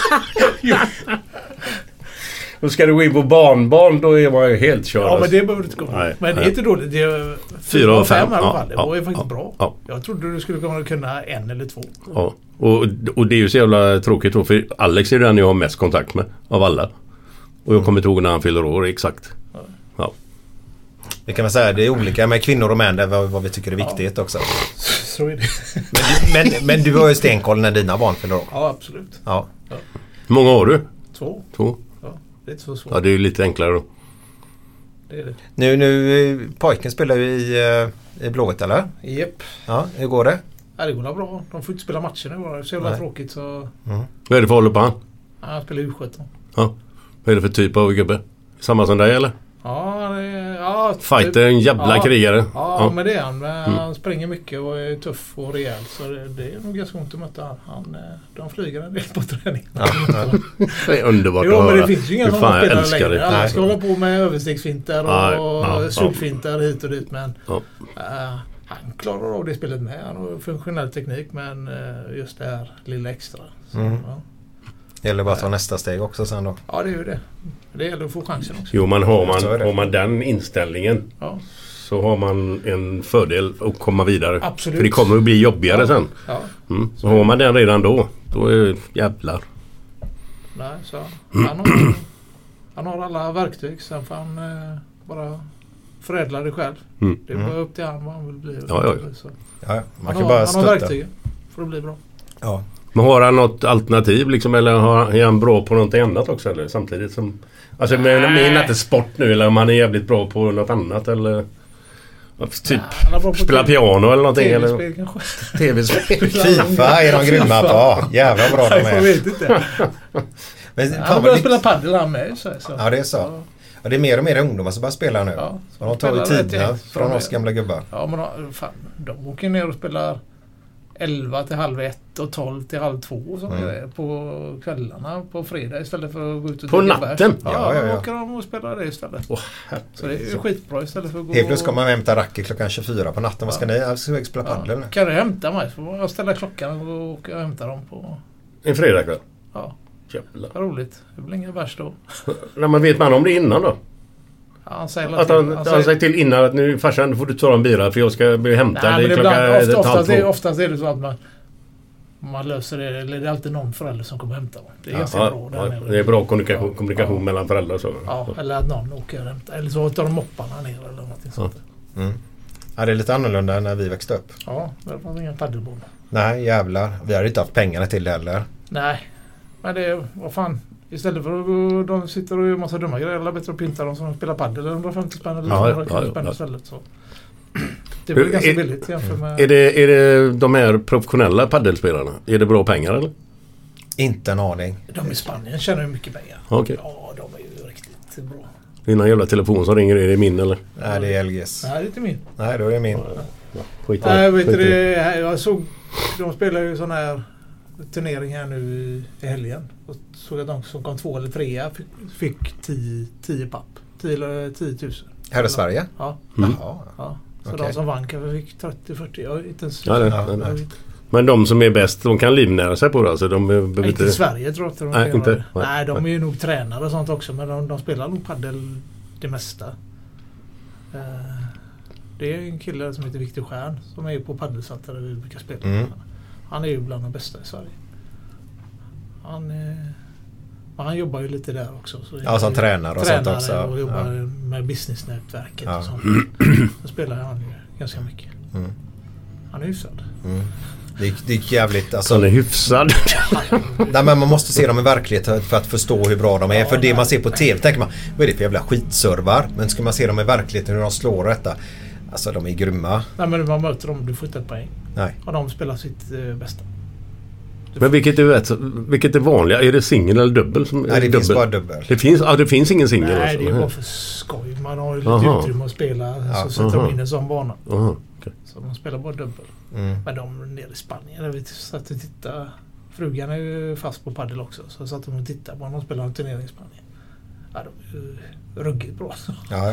Speaker 8: Då ska du gå in på barnbarn, då är man ju helt körd.
Speaker 9: Ja, men det behöver du inte gå. Nej, men det är inte dåligt. Det är fyra och fem i alla fall. Det var ju faktiskt
Speaker 8: ja,
Speaker 9: bra.
Speaker 8: Ja.
Speaker 9: Jag trodde du skulle kunna en eller två.
Speaker 8: Ja, och, och det är ju så jävla tråkigt då, för Alex är den jag har mest kontakt med av alla. Och jag kommer inte ihåg när han fyller år, exakt. Ja. Ja.
Speaker 7: Det kan man säga, det är olika med kvinnor och män, det vad, vad vi tycker är viktigt ja. också.
Speaker 9: Så är det.
Speaker 7: Men, men, men du har ju stenkoll när dina barn fyller år.
Speaker 9: Ja, absolut.
Speaker 7: Ja.
Speaker 9: Ja.
Speaker 8: Hur många har du?
Speaker 9: Två.
Speaker 8: Två?
Speaker 9: Ja, det är inte så svårt.
Speaker 8: Ja, det är ju lite enklare då.
Speaker 9: Det är det.
Speaker 7: Nu, nu pojken spelar ju i, i Blåvitt, eller?
Speaker 9: Japp.
Speaker 7: Ja, hur går det?
Speaker 9: Ja, det går bra. De får inte spela matcher nu. Det är så jävla Nej. tråkigt. Så...
Speaker 8: Mm. Vad är det för håller på han?
Speaker 9: Ja, han spelar U sjutton.
Speaker 8: Ja. Vad är det för typ av gubbe? Samma som dig, eller?
Speaker 9: Ja, det är... Ja,
Speaker 8: fighter, en jävla
Speaker 9: ja,
Speaker 8: krigare.
Speaker 9: Ja,
Speaker 8: ja,
Speaker 9: men det är han. Men
Speaker 8: mm.
Speaker 9: Han springer mycket och är tuff och rejäl. Så det, det är nog ganska ont att möta han. han. De flyger en del på träning.
Speaker 8: Ja, ja. Det är underbart
Speaker 9: jo,
Speaker 8: att
Speaker 9: men
Speaker 8: höra.
Speaker 9: det finns ju inga som spelar längre. Alla ska
Speaker 8: Nej.
Speaker 9: hålla på med överstegsfinter och
Speaker 8: ja,
Speaker 9: solfinter ja. hit och dit. Men
Speaker 8: ja.
Speaker 9: uh, han klarar av det spelet med. Han har funktionell teknik, men uh, just det här lilla extra. Så,
Speaker 7: mm.
Speaker 9: ja.
Speaker 7: Det gäller bara att ta nästa steg också sen då.
Speaker 9: Ja, det är ju det. Det gäller att få chansen också.
Speaker 8: Jo, men har man, har man den inställningen
Speaker 9: ja.
Speaker 8: så har man en fördel att komma vidare.
Speaker 9: Absolut.
Speaker 8: För det kommer att bli jobbigare
Speaker 9: ja.
Speaker 8: sen.
Speaker 9: Ja.
Speaker 8: Mm. Så har man den redan då, då är det jävlar.
Speaker 9: Nej, så han har, han har alla verktyg. Sen får han eh, bara förädla det själv.
Speaker 8: Mm.
Speaker 9: Det är bara upp till han vad han vill bli.
Speaker 8: Ja, ja.
Speaker 9: Så.
Speaker 7: Ja, man
Speaker 9: han
Speaker 7: kan
Speaker 9: har,
Speaker 7: bara
Speaker 9: han
Speaker 7: stötta.
Speaker 9: har verktyg för att bli bra.
Speaker 7: Ja.
Speaker 8: Men har han något alternativ liksom, eller har, är han bra på något annat också eller samtidigt som alltså men jag menar inte sport nu eller om han är jävligt bra på något annat eller typ
Speaker 9: Nej,
Speaker 8: spela piano eller någonting
Speaker 9: T V-spel
Speaker 8: eller
Speaker 9: kanske.
Speaker 7: T V-spel. FIFA är de grymma på. Ja, jävla bra de är.
Speaker 9: Jag vet inte.
Speaker 7: Men
Speaker 9: han börjar spela paddel han med så, så.
Speaker 7: Ja, det är så. Ja. Och det är mer och mer ungdomar som bara spelar nu.
Speaker 9: Ja,
Speaker 7: så de tar ju tiderna från oss gamla gubbar.
Speaker 9: Ja, men fan, de åker ner och spelar elva till halv ett och tolv till halv två och så mm. på kvällarna på fredag istället för att gå ut och
Speaker 8: på natten?
Speaker 9: Ja, ja, ja, ja. åker de och spelar det istället. Oh, så det är ju skitbra istället för att gå.
Speaker 7: Helt plötsligt ska man hämta racket klockan tjugofyra på natten. Ja. Vad ska ni? Jag ska spela padel nu.
Speaker 9: Kan du hämta mig? Så får jag ställa klockan och åka och hämta dem på...
Speaker 8: En fredagkväll?
Speaker 9: Ja.
Speaker 8: Jävla.
Speaker 9: Vad roligt. Det blir inget värst då.
Speaker 8: När man vet man om det innan då?
Speaker 9: Ja, han säger
Speaker 8: att han, han, säger... han säger till innan att nu farsan får du ta en bira för jag ska bli hämtad.
Speaker 9: Nej,
Speaker 8: det
Speaker 9: men ibland, ofta, oftast,
Speaker 8: är,
Speaker 9: oftast är det så att man man löser det, eller det är alltid någon förälder som kommer hämta dem. Det är
Speaker 8: ja,
Speaker 9: ganska
Speaker 8: ja,
Speaker 9: bra.
Speaker 8: Ja, det är bra kommunikation, ja, kommunikation ja. mellan föräldrar. Så.
Speaker 9: Ja, eller att någon åker och hämtar. Eller så tar de mopparna ner eller någonting sånt.
Speaker 7: Ja. Mm. Ja, det är lite annorlunda än när vi växte upp.
Speaker 9: Ja, det fanns inga paddelbord.
Speaker 7: Nej, jävlar. Vi hade inte haft pengarna till det heller.
Speaker 9: Nej, men det är, vad fan. Istället för att de sitter och gör massa dumma grejer, eller bättre att pinta dem som spelar paddel hundrafemtio spänn eller
Speaker 8: ja,
Speaker 9: hundrafemtio
Speaker 8: ja,
Speaker 9: spänn
Speaker 8: ja.
Speaker 9: istället. Så. Det är väl ganska
Speaker 8: är,
Speaker 9: billigt jämfört med...
Speaker 8: Är det, är det de här professionella paddelspelarna? Är det bra pengar eller?
Speaker 7: Inte en aning.
Speaker 9: De i Spanien tjänar ju mycket pengar.
Speaker 8: Okay.
Speaker 9: Ja, de är ju riktigt bra.
Speaker 8: Det är någon jävla telefon som ringer, är det min eller?
Speaker 7: Nej, det är L G's.
Speaker 9: Nej, det är inte min.
Speaker 7: Nej, då är det min.
Speaker 8: Ja, skit
Speaker 9: Nej, jag vet det. Jag såg, de spelar ju sån här turnering här nu i, i helgen. Och såg att de som kom två eller trea fick, fick tio, tio papp. tio eller tio tusen.
Speaker 7: Här i Sverige?
Speaker 9: Ja.
Speaker 8: Mm.
Speaker 9: ja. ja. Så okay. De som vann kanske fick trettio fyrtio. Jag inte ens...
Speaker 8: Ja, det, ja, det, det. Men de som är bäst, de kan livnära sig på det. Alltså de behöver
Speaker 9: inte
Speaker 8: inte...
Speaker 9: i Sverige tror jag inte. De
Speaker 8: nej, inte. Nej,
Speaker 9: nej, de är ju nog tränare och sånt också. Men de, de spelar nog paddel det mesta. Uh, det är en kille som heter Viktor Stjärn som är på paddelcenter där vi brukar spela. Mm. Han är ju bland de bästa i Sverige. Han, eh, han jobbar ju lite där också. Så
Speaker 7: ja, som tränare och sånt också.
Speaker 9: Och jobbar
Speaker 7: ja.
Speaker 9: med businessnätverket ja. och sånt. Så spelar han ju ganska mycket. Mm. Han är hyfsad.
Speaker 7: Mm. Det, det är jävligt... Alltså,
Speaker 8: han är hyfsad.
Speaker 7: Nej, men man måste se dem i verkligheten för att förstå hur bra de är. Ja, för det nej, man ser på nej. tv tänker man, vad är det för jävla skitservar? Men ska man se dem i verkligheten hur de slår detta? Alltså de är grymma.
Speaker 9: Nej, men man möter dem, du får inte ett poäng.
Speaker 7: Nej.
Speaker 9: Och de spelar sitt eh, bästa.
Speaker 8: Men vilket är, vilket är vanliga? Är det singel eller dubbel? Som
Speaker 7: nej, det
Speaker 8: dubbel?
Speaker 7: finns bara dubbel.
Speaker 8: Det finns, ja, det finns ingen singel?
Speaker 9: Nej,
Speaker 8: alltså.
Speaker 9: det är bara för skoj. Man har ju lite
Speaker 8: aha.
Speaker 9: utrymme att spela. Ja. Så sätter de in en sån bana.
Speaker 8: Aha. Okay.
Speaker 9: Så de spelar bara dubbel. Mm. Men de nere i Spanien, där vi satt och tittade. Frugan är ju fast på paddel också. Så satt de och tittade på när de spelar en turnering i Spanien. Ja, de är ju ruggigt bra.
Speaker 7: Ja.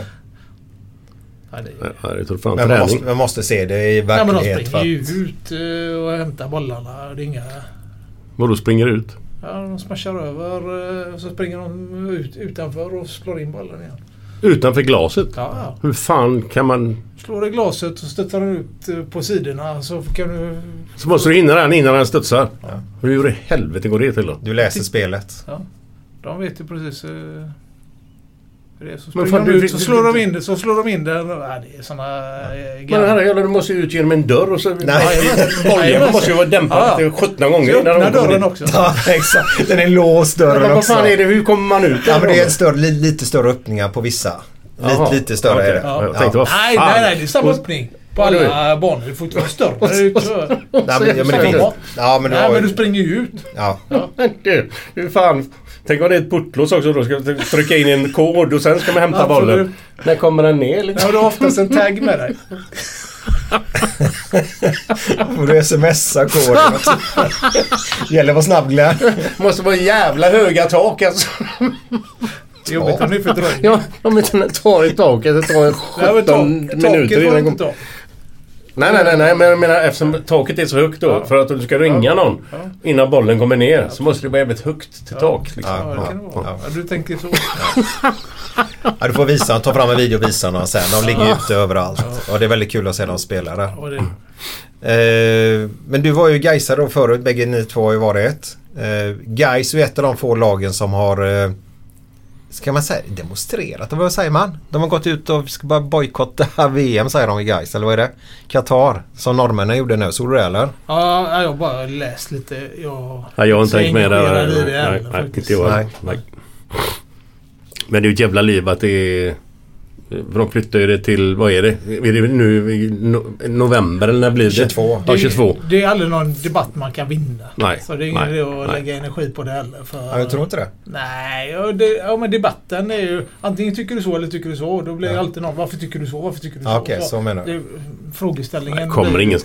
Speaker 9: Ja, det är...
Speaker 8: ja, det är fan
Speaker 7: men man måste, man måste se det i verklighet.
Speaker 9: Ja, men de springer ju ut och hämtar bollarna. Det är inga...
Speaker 8: Vadå springer ut?
Speaker 9: Ja, de smashar över. Så springer de ut utanför och slår in bollen igen.
Speaker 8: Utanför glaset?
Speaker 9: Ja, ja.
Speaker 8: Hur fan kan man...
Speaker 9: Slår i glaset och stöttar den ut på sidorna så kan du...
Speaker 8: Så måste du hinna den innan den studsar? Ja. Hur i helvete går det till då?
Speaker 7: Du läser spelet.
Speaker 9: Ja. De vet ju precis... Uh... Det är så men fan, de ut, så slår de in det så slår de in det. Ja, det är såna ja.
Speaker 8: Men här jävlar, du måste ju ut genom en dörr och så
Speaker 7: nej,
Speaker 8: bollen måste ju vara dämpad ja. sjutton gånger
Speaker 9: innan de dörren också.
Speaker 7: Ja, exakt. Den är låst dörren
Speaker 8: men,
Speaker 7: också.
Speaker 8: Vad fan är det? Hur kommer man ut?
Speaker 7: Ja, men det är en större, lite större öppningar på vissa. Lite, lite större okay. är det.
Speaker 8: Ja. Jag tänkte,
Speaker 9: ja. Nej, nej, nej, det är samma öppning. På alla banor. Det får inte vara större. Nej,
Speaker 7: men, ja, men, det finns, ja, men,
Speaker 9: nej, men du springer ju ut.
Speaker 7: Ja.
Speaker 8: Ja. Du, du fan... Tänk om det är ett portlås också. Då ska du trycka in en kod och sen ska man hämta ja, bollen. Du... När kommer den ner? Liksom?
Speaker 9: Ja, du har oftast en tagg med dig.
Speaker 7: Och du smsar koden. Gäller vad snabb glad.
Speaker 8: Måste vara jävla höga tak alltså.
Speaker 9: Det är jobbigt om ni fördröjer.
Speaker 8: Ja, om inte den tar i taket. Det tar sjutton ja, minuter innan den kommer. Nej, nej, nej, nej, men jag menar eftersom taket är så högt då ja. för att du ska ringa ja. någon ja. innan bollen kommer ner ja. så måste det vara jävligt högt till ja. tak. Liksom.
Speaker 9: Ja, det kan det vara. Ja. Ja, du tänker så.
Speaker 7: Ja, du får visa, ta fram en video och visa dem sen. De ligger ute överallt. Ja. Och det är väldigt kul att se dem spela där.
Speaker 9: Ja, det...
Speaker 7: eh, men du var ju Gaisare då förut. Bägge ni två har ju varit. Eh, Gais är ett av de få lagen som har... Eh, ska man säga demonstrerat? Vad säger man? De har gått ut och ska bara bojkotta V M säger de i Gais, eller vad är det? Qatar, som norrmännen gjorde nu. Såg du det eller?
Speaker 9: Ja, jag har bara läst lite. Jag,
Speaker 8: ja, jag har inte tänkt med det.
Speaker 9: det,
Speaker 8: nej,
Speaker 9: det
Speaker 8: nej, nej, inte jag. Nej. Nej. Men det är ju ett jävla liv att det är... För de flyttar ju det till, vad är det? Är det nu i no- november eller när blir det?
Speaker 7: tjugotvå.
Speaker 8: Ja, tjugotvå.
Speaker 9: Det, det är aldrig någon debatt man kan vinna.
Speaker 8: Nej.
Speaker 9: Så det är ingen
Speaker 8: nej,
Speaker 9: idé att
Speaker 8: nej.
Speaker 9: lägga energi på det heller. För,
Speaker 7: ja, jag tror inte det.
Speaker 9: Nej, ja, det, ja, men debatten är ju antingen tycker du så eller tycker du så. Då blir det ja. alltid någon, varför tycker du så? Varför tycker du så?
Speaker 7: Ja, okej, okay, så, så menar
Speaker 9: du. Frågeställningen...
Speaker 8: Nej, kommer
Speaker 9: blir,
Speaker 8: ingenstans.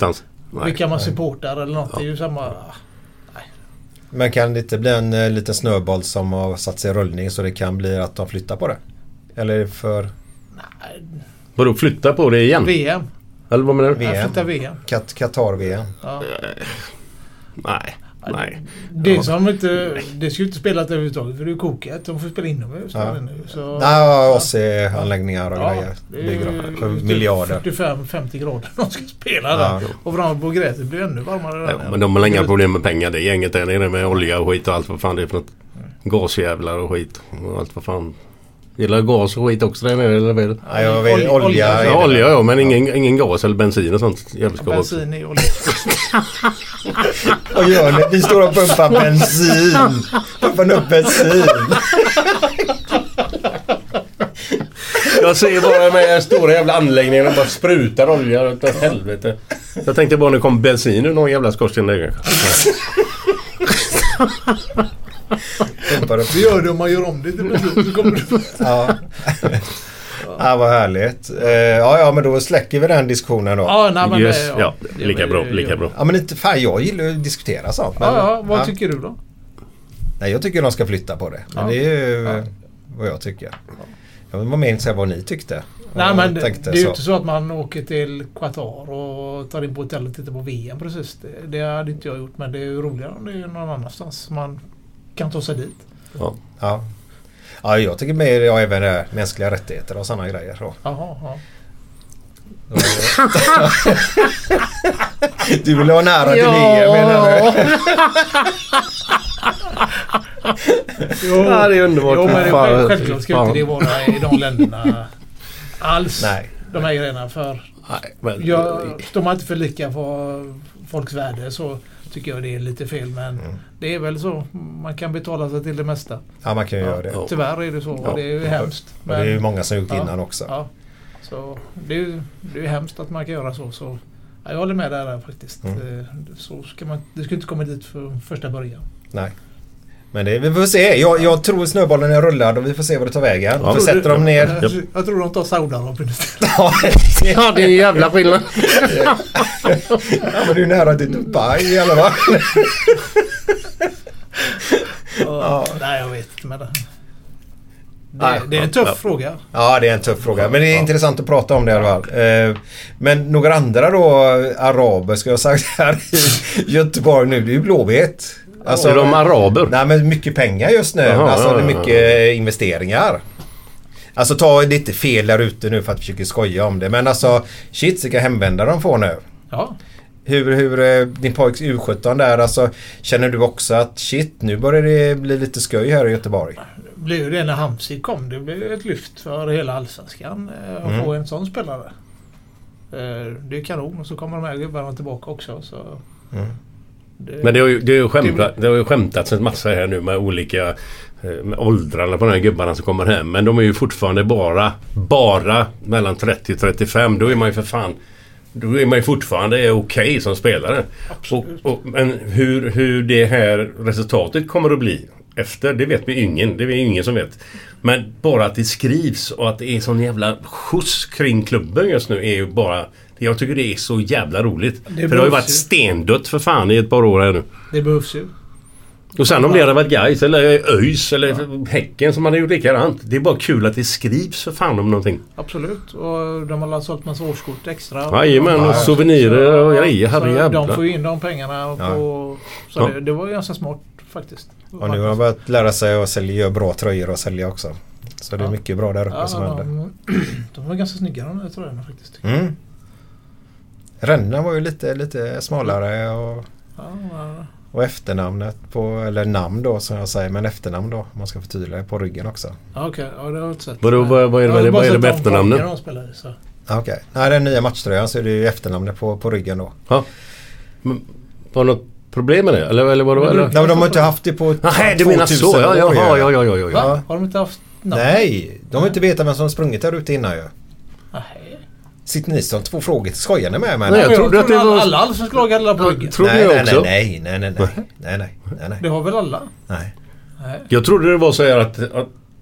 Speaker 8: Nej,
Speaker 9: vilka man
Speaker 7: nej.
Speaker 9: supportar eller något. Ja. Det är ju samma... Nej.
Speaker 7: Men kan det inte bli en uh, liten snöboll som har satt sig i rullning så det kan bli att de flyttar på det? Eller för...
Speaker 9: Nej.
Speaker 8: Vadå, flytta på det igen?
Speaker 9: V M.
Speaker 8: Eller vad menar du?
Speaker 7: V M.
Speaker 9: Jag flyttar V M.
Speaker 7: Kat- Qatar-V M.
Speaker 9: Ja.
Speaker 8: Nej. Nej.
Speaker 9: Det,
Speaker 8: ja.
Speaker 9: som inte, det ska ju inte spela överhuvudtaget för det är kokat. De får spela inomhus.
Speaker 7: Ja.
Speaker 9: Så,
Speaker 7: Nej, oss är anläggningar och
Speaker 9: ja,
Speaker 7: grejer.
Speaker 9: det är
Speaker 7: Bygger för
Speaker 9: ju
Speaker 7: miljarder.
Speaker 9: fyrtiofem till femtio grader de ska spela
Speaker 7: Ja.
Speaker 9: där. Och fram på gräset blir ännu varmare.
Speaker 8: Ja, men de har inga problem med pengar. Det är gänget där nere med olja och skit och allt vad fan det är för något. Gasjävlar och skit och allt vad fan. Gillar gas och skit också där nere eller vad?
Speaker 7: Ja, jag vet, olja, olja,
Speaker 8: ja, olja ja, men ingen, ingen gas eller bensin och sånt.
Speaker 9: Ja, bensin är olja.
Speaker 7: Vad gör ni? Vi står och pumpar bensin. Pumpar upp bensin.
Speaker 8: Jag ser bara med stora jävla anläggningar och bara sprutar olja utav helvete. Jag tänkte bara nu kom bensin ur någon jävla skorsten där.
Speaker 9: Det gör det om man gör om det till bensin. Så kommer det.
Speaker 7: Ja. Ja, vad härligt. Uh, ja, ja, men då släcker vi den diskussionen då.
Speaker 9: Ja, nej, men
Speaker 8: yes,
Speaker 9: det,
Speaker 8: ja. ja, lika bra, lika bra.
Speaker 7: Ja, men inte, fan, jag gillar att diskutera sånt. Men,
Speaker 9: ja, ja, vad
Speaker 7: ja.
Speaker 9: tycker du då?
Speaker 7: Nej, jag tycker de ska flytta på det. Men
Speaker 9: Ja.
Speaker 7: det är ju
Speaker 9: Ja.
Speaker 7: vad jag tycker. Jag var med säga vad ni tyckte.
Speaker 9: Nej, men det,
Speaker 7: tänkte
Speaker 9: det är ju
Speaker 7: så.
Speaker 9: inte så att man åker till Qatar och tar in på hotell och tittar på V M precis. Det, det hade inte jag gjort, men det är ju roligare om det är någon annanstans. Man kan ta sig dit.
Speaker 8: Ja.
Speaker 7: Ja. Ja, jag tycker mer ja, även det här, mänskliga rättigheter och sådana grejer. Så.
Speaker 9: Jaha, ja.
Speaker 7: Du vill ha nära till V M, menar du?
Speaker 9: Jo,
Speaker 8: Ja, det är underbart.
Speaker 9: Jo, men det,
Speaker 8: Fan.
Speaker 9: självklart ska inte det vara i de länderna alls.
Speaker 7: Nej.
Speaker 9: De här grejerna. För
Speaker 8: Nej, men,
Speaker 9: jag, står man inte för lika för folks värde så tycker jag det är lite fel. Men
Speaker 7: Mm.
Speaker 9: det är väl så. Man kan betala sig till det mesta.
Speaker 7: Ja, man kan ju
Speaker 9: Ja,
Speaker 7: göra det.
Speaker 8: Ja.
Speaker 9: Tyvärr är det så.
Speaker 7: Ja.
Speaker 9: Och det är ju
Speaker 7: Ja.
Speaker 9: hemskt.
Speaker 7: Och det är ju många som gjort
Speaker 9: Ja.
Speaker 7: innan också.
Speaker 9: Ja. Så det är ju det är ju hemskt att man kan göra så. så ja, jag håller med där, där faktiskt.
Speaker 7: Mm.
Speaker 9: Eh, Så ska man, det ska inte komma dit för första början.
Speaker 7: Nej. Men det, vi får se. Jag, jag tror snöbollen är rullad och vi får se vad det tar vägen.
Speaker 8: Ja.
Speaker 7: Så sätter de ner.
Speaker 9: Jag, jag tror de tar Saudiarabien istället.
Speaker 7: Ja,
Speaker 8: ja, det är en jävla skillnad.
Speaker 7: ja, men det är ju nära till Dubai i alla fall.
Speaker 9: Ja. Nej, jag vet inte med det. Det,
Speaker 7: Nej,
Speaker 9: det är en
Speaker 8: ja,
Speaker 9: tuff
Speaker 8: ja.
Speaker 9: fråga.
Speaker 7: Ja, det är en tuff fråga. Men det är
Speaker 8: Ja.
Speaker 7: intressant att prata om det i alla fall. Eh, Men några andra då, araber ska jag ha sagt här i Göteborg nu, det är ju Blåvitt.
Speaker 8: Alltså, är de araber?
Speaker 7: Nej, men mycket pengar just nu.
Speaker 8: Jaha,
Speaker 7: alltså
Speaker 8: ja,
Speaker 7: det är
Speaker 8: ja,
Speaker 7: mycket investeringar. Alltså ta det inte fel där ute nu för att försöka skoja om det. Men alltså, shit, vilka hemvändare de får nu.
Speaker 9: Ja.
Speaker 7: Hur, hur eh, din pojks U sjutton där, alltså känner du också att shit, nu börjar det bli lite skoj här i Göteborg?
Speaker 9: Det blev ju det när Hamsik kom. Det blev ett lyft för hela allsvenskan eh, att
Speaker 7: Mm.
Speaker 9: få en sån spelare. Eh, Det är kanon. Och så kommer de här gubbarna tillbaka också. Så
Speaker 7: Mm.
Speaker 9: det,
Speaker 8: Men det har ju, det har ju, skämtat, det har ju skämtats en massa här nu med olika eh, med åldrarna på de här gubbarna som kommer hem. Men de är ju fortfarande bara bara mellan trettio och trettiofem. Då är man ju för fan då är man ju fortfarande okej okay som spelare. Och, och, men hur, hur det här resultatet kommer att bli efter, det vet vi ingen. Det är ingen som vet. Men bara att det skrivs och att det är sån jävla skjuts kring klubben just nu är ju bara... Jag tycker det är så jävla roligt.
Speaker 9: Det
Speaker 8: för det har ju
Speaker 9: behövs
Speaker 8: varit
Speaker 9: ju.
Speaker 8: stendött för fan i ett par år här nu.
Speaker 9: det behövs ju.
Speaker 8: Och sen om det hade varit Gais eller ÖIS eller Häcken som hade gjort likadant. Det är bara kul att det skrivs för fan om någonting.
Speaker 9: Absolut. Och de har sålt massa årskort extra.
Speaker 8: Jajamän, och souvenirer och grejer.
Speaker 9: Så
Speaker 8: Herrejävlar.
Speaker 9: de får ju in de pengarna. På, så
Speaker 8: Ja.
Speaker 9: det, det var ju ganska smart faktiskt.
Speaker 7: Och nu har de börjat lära sig att sälja, göra bra tröjor och sälja också. Så det är
Speaker 9: Ja.
Speaker 7: mycket bra där uppe
Speaker 9: Ja,
Speaker 7: som händer.
Speaker 9: de, de var ganska snygga de där tröjorna faktiskt.
Speaker 7: Mm. Rännan var ju lite, lite smalare och,
Speaker 9: Ja, ja.
Speaker 7: och efternamnet på, eller namn då som jag säger, men efternamn då, om man ska förtydliga, på ryggen också.
Speaker 9: Ja, okej. Ja, det har jag inte sett.
Speaker 8: Vadå, vad- vad är det-
Speaker 9: Jag har
Speaker 8: vad är det-
Speaker 9: bara
Speaker 8: vad är det
Speaker 9: sett
Speaker 8: med
Speaker 9: de
Speaker 8: efternamnen?
Speaker 9: flaggor de spelar i, så.
Speaker 7: Ah, okej. Nej, den nya matchtröjan så är det ju efternamnet på, på ryggen då.
Speaker 8: Ja. Men, var det något problem med det? Eller, eller vad det var?
Speaker 9: Men du-
Speaker 8: Eller?
Speaker 7: Nej, men de har inte haft det på
Speaker 8: Nej, du menar så.
Speaker 7: tvåtusen
Speaker 8: Ja, ja,
Speaker 7: år ju.
Speaker 8: ja, ja, ja, ja, ja.
Speaker 9: Va? Har de inte haft namn?
Speaker 7: Nej, de har inte vetat vem som sprungit där ute innan ju.
Speaker 9: Nej.
Speaker 7: Sitter ni som två frågor till skojar ni med mig?
Speaker 8: Nej, jag
Speaker 9: Jag
Speaker 8: trodde att det
Speaker 9: alla,
Speaker 8: var...
Speaker 9: alla allsvenska lag hade alla på ryggen.
Speaker 8: Trodde
Speaker 7: nej,
Speaker 8: jag
Speaker 7: nej,
Speaker 8: också.
Speaker 7: nej, nej, nej, nej, nej, nej, nej, nej,
Speaker 9: Det har väl alla?
Speaker 7: nej.
Speaker 9: Nej.
Speaker 8: Jag trodde det var så här att, att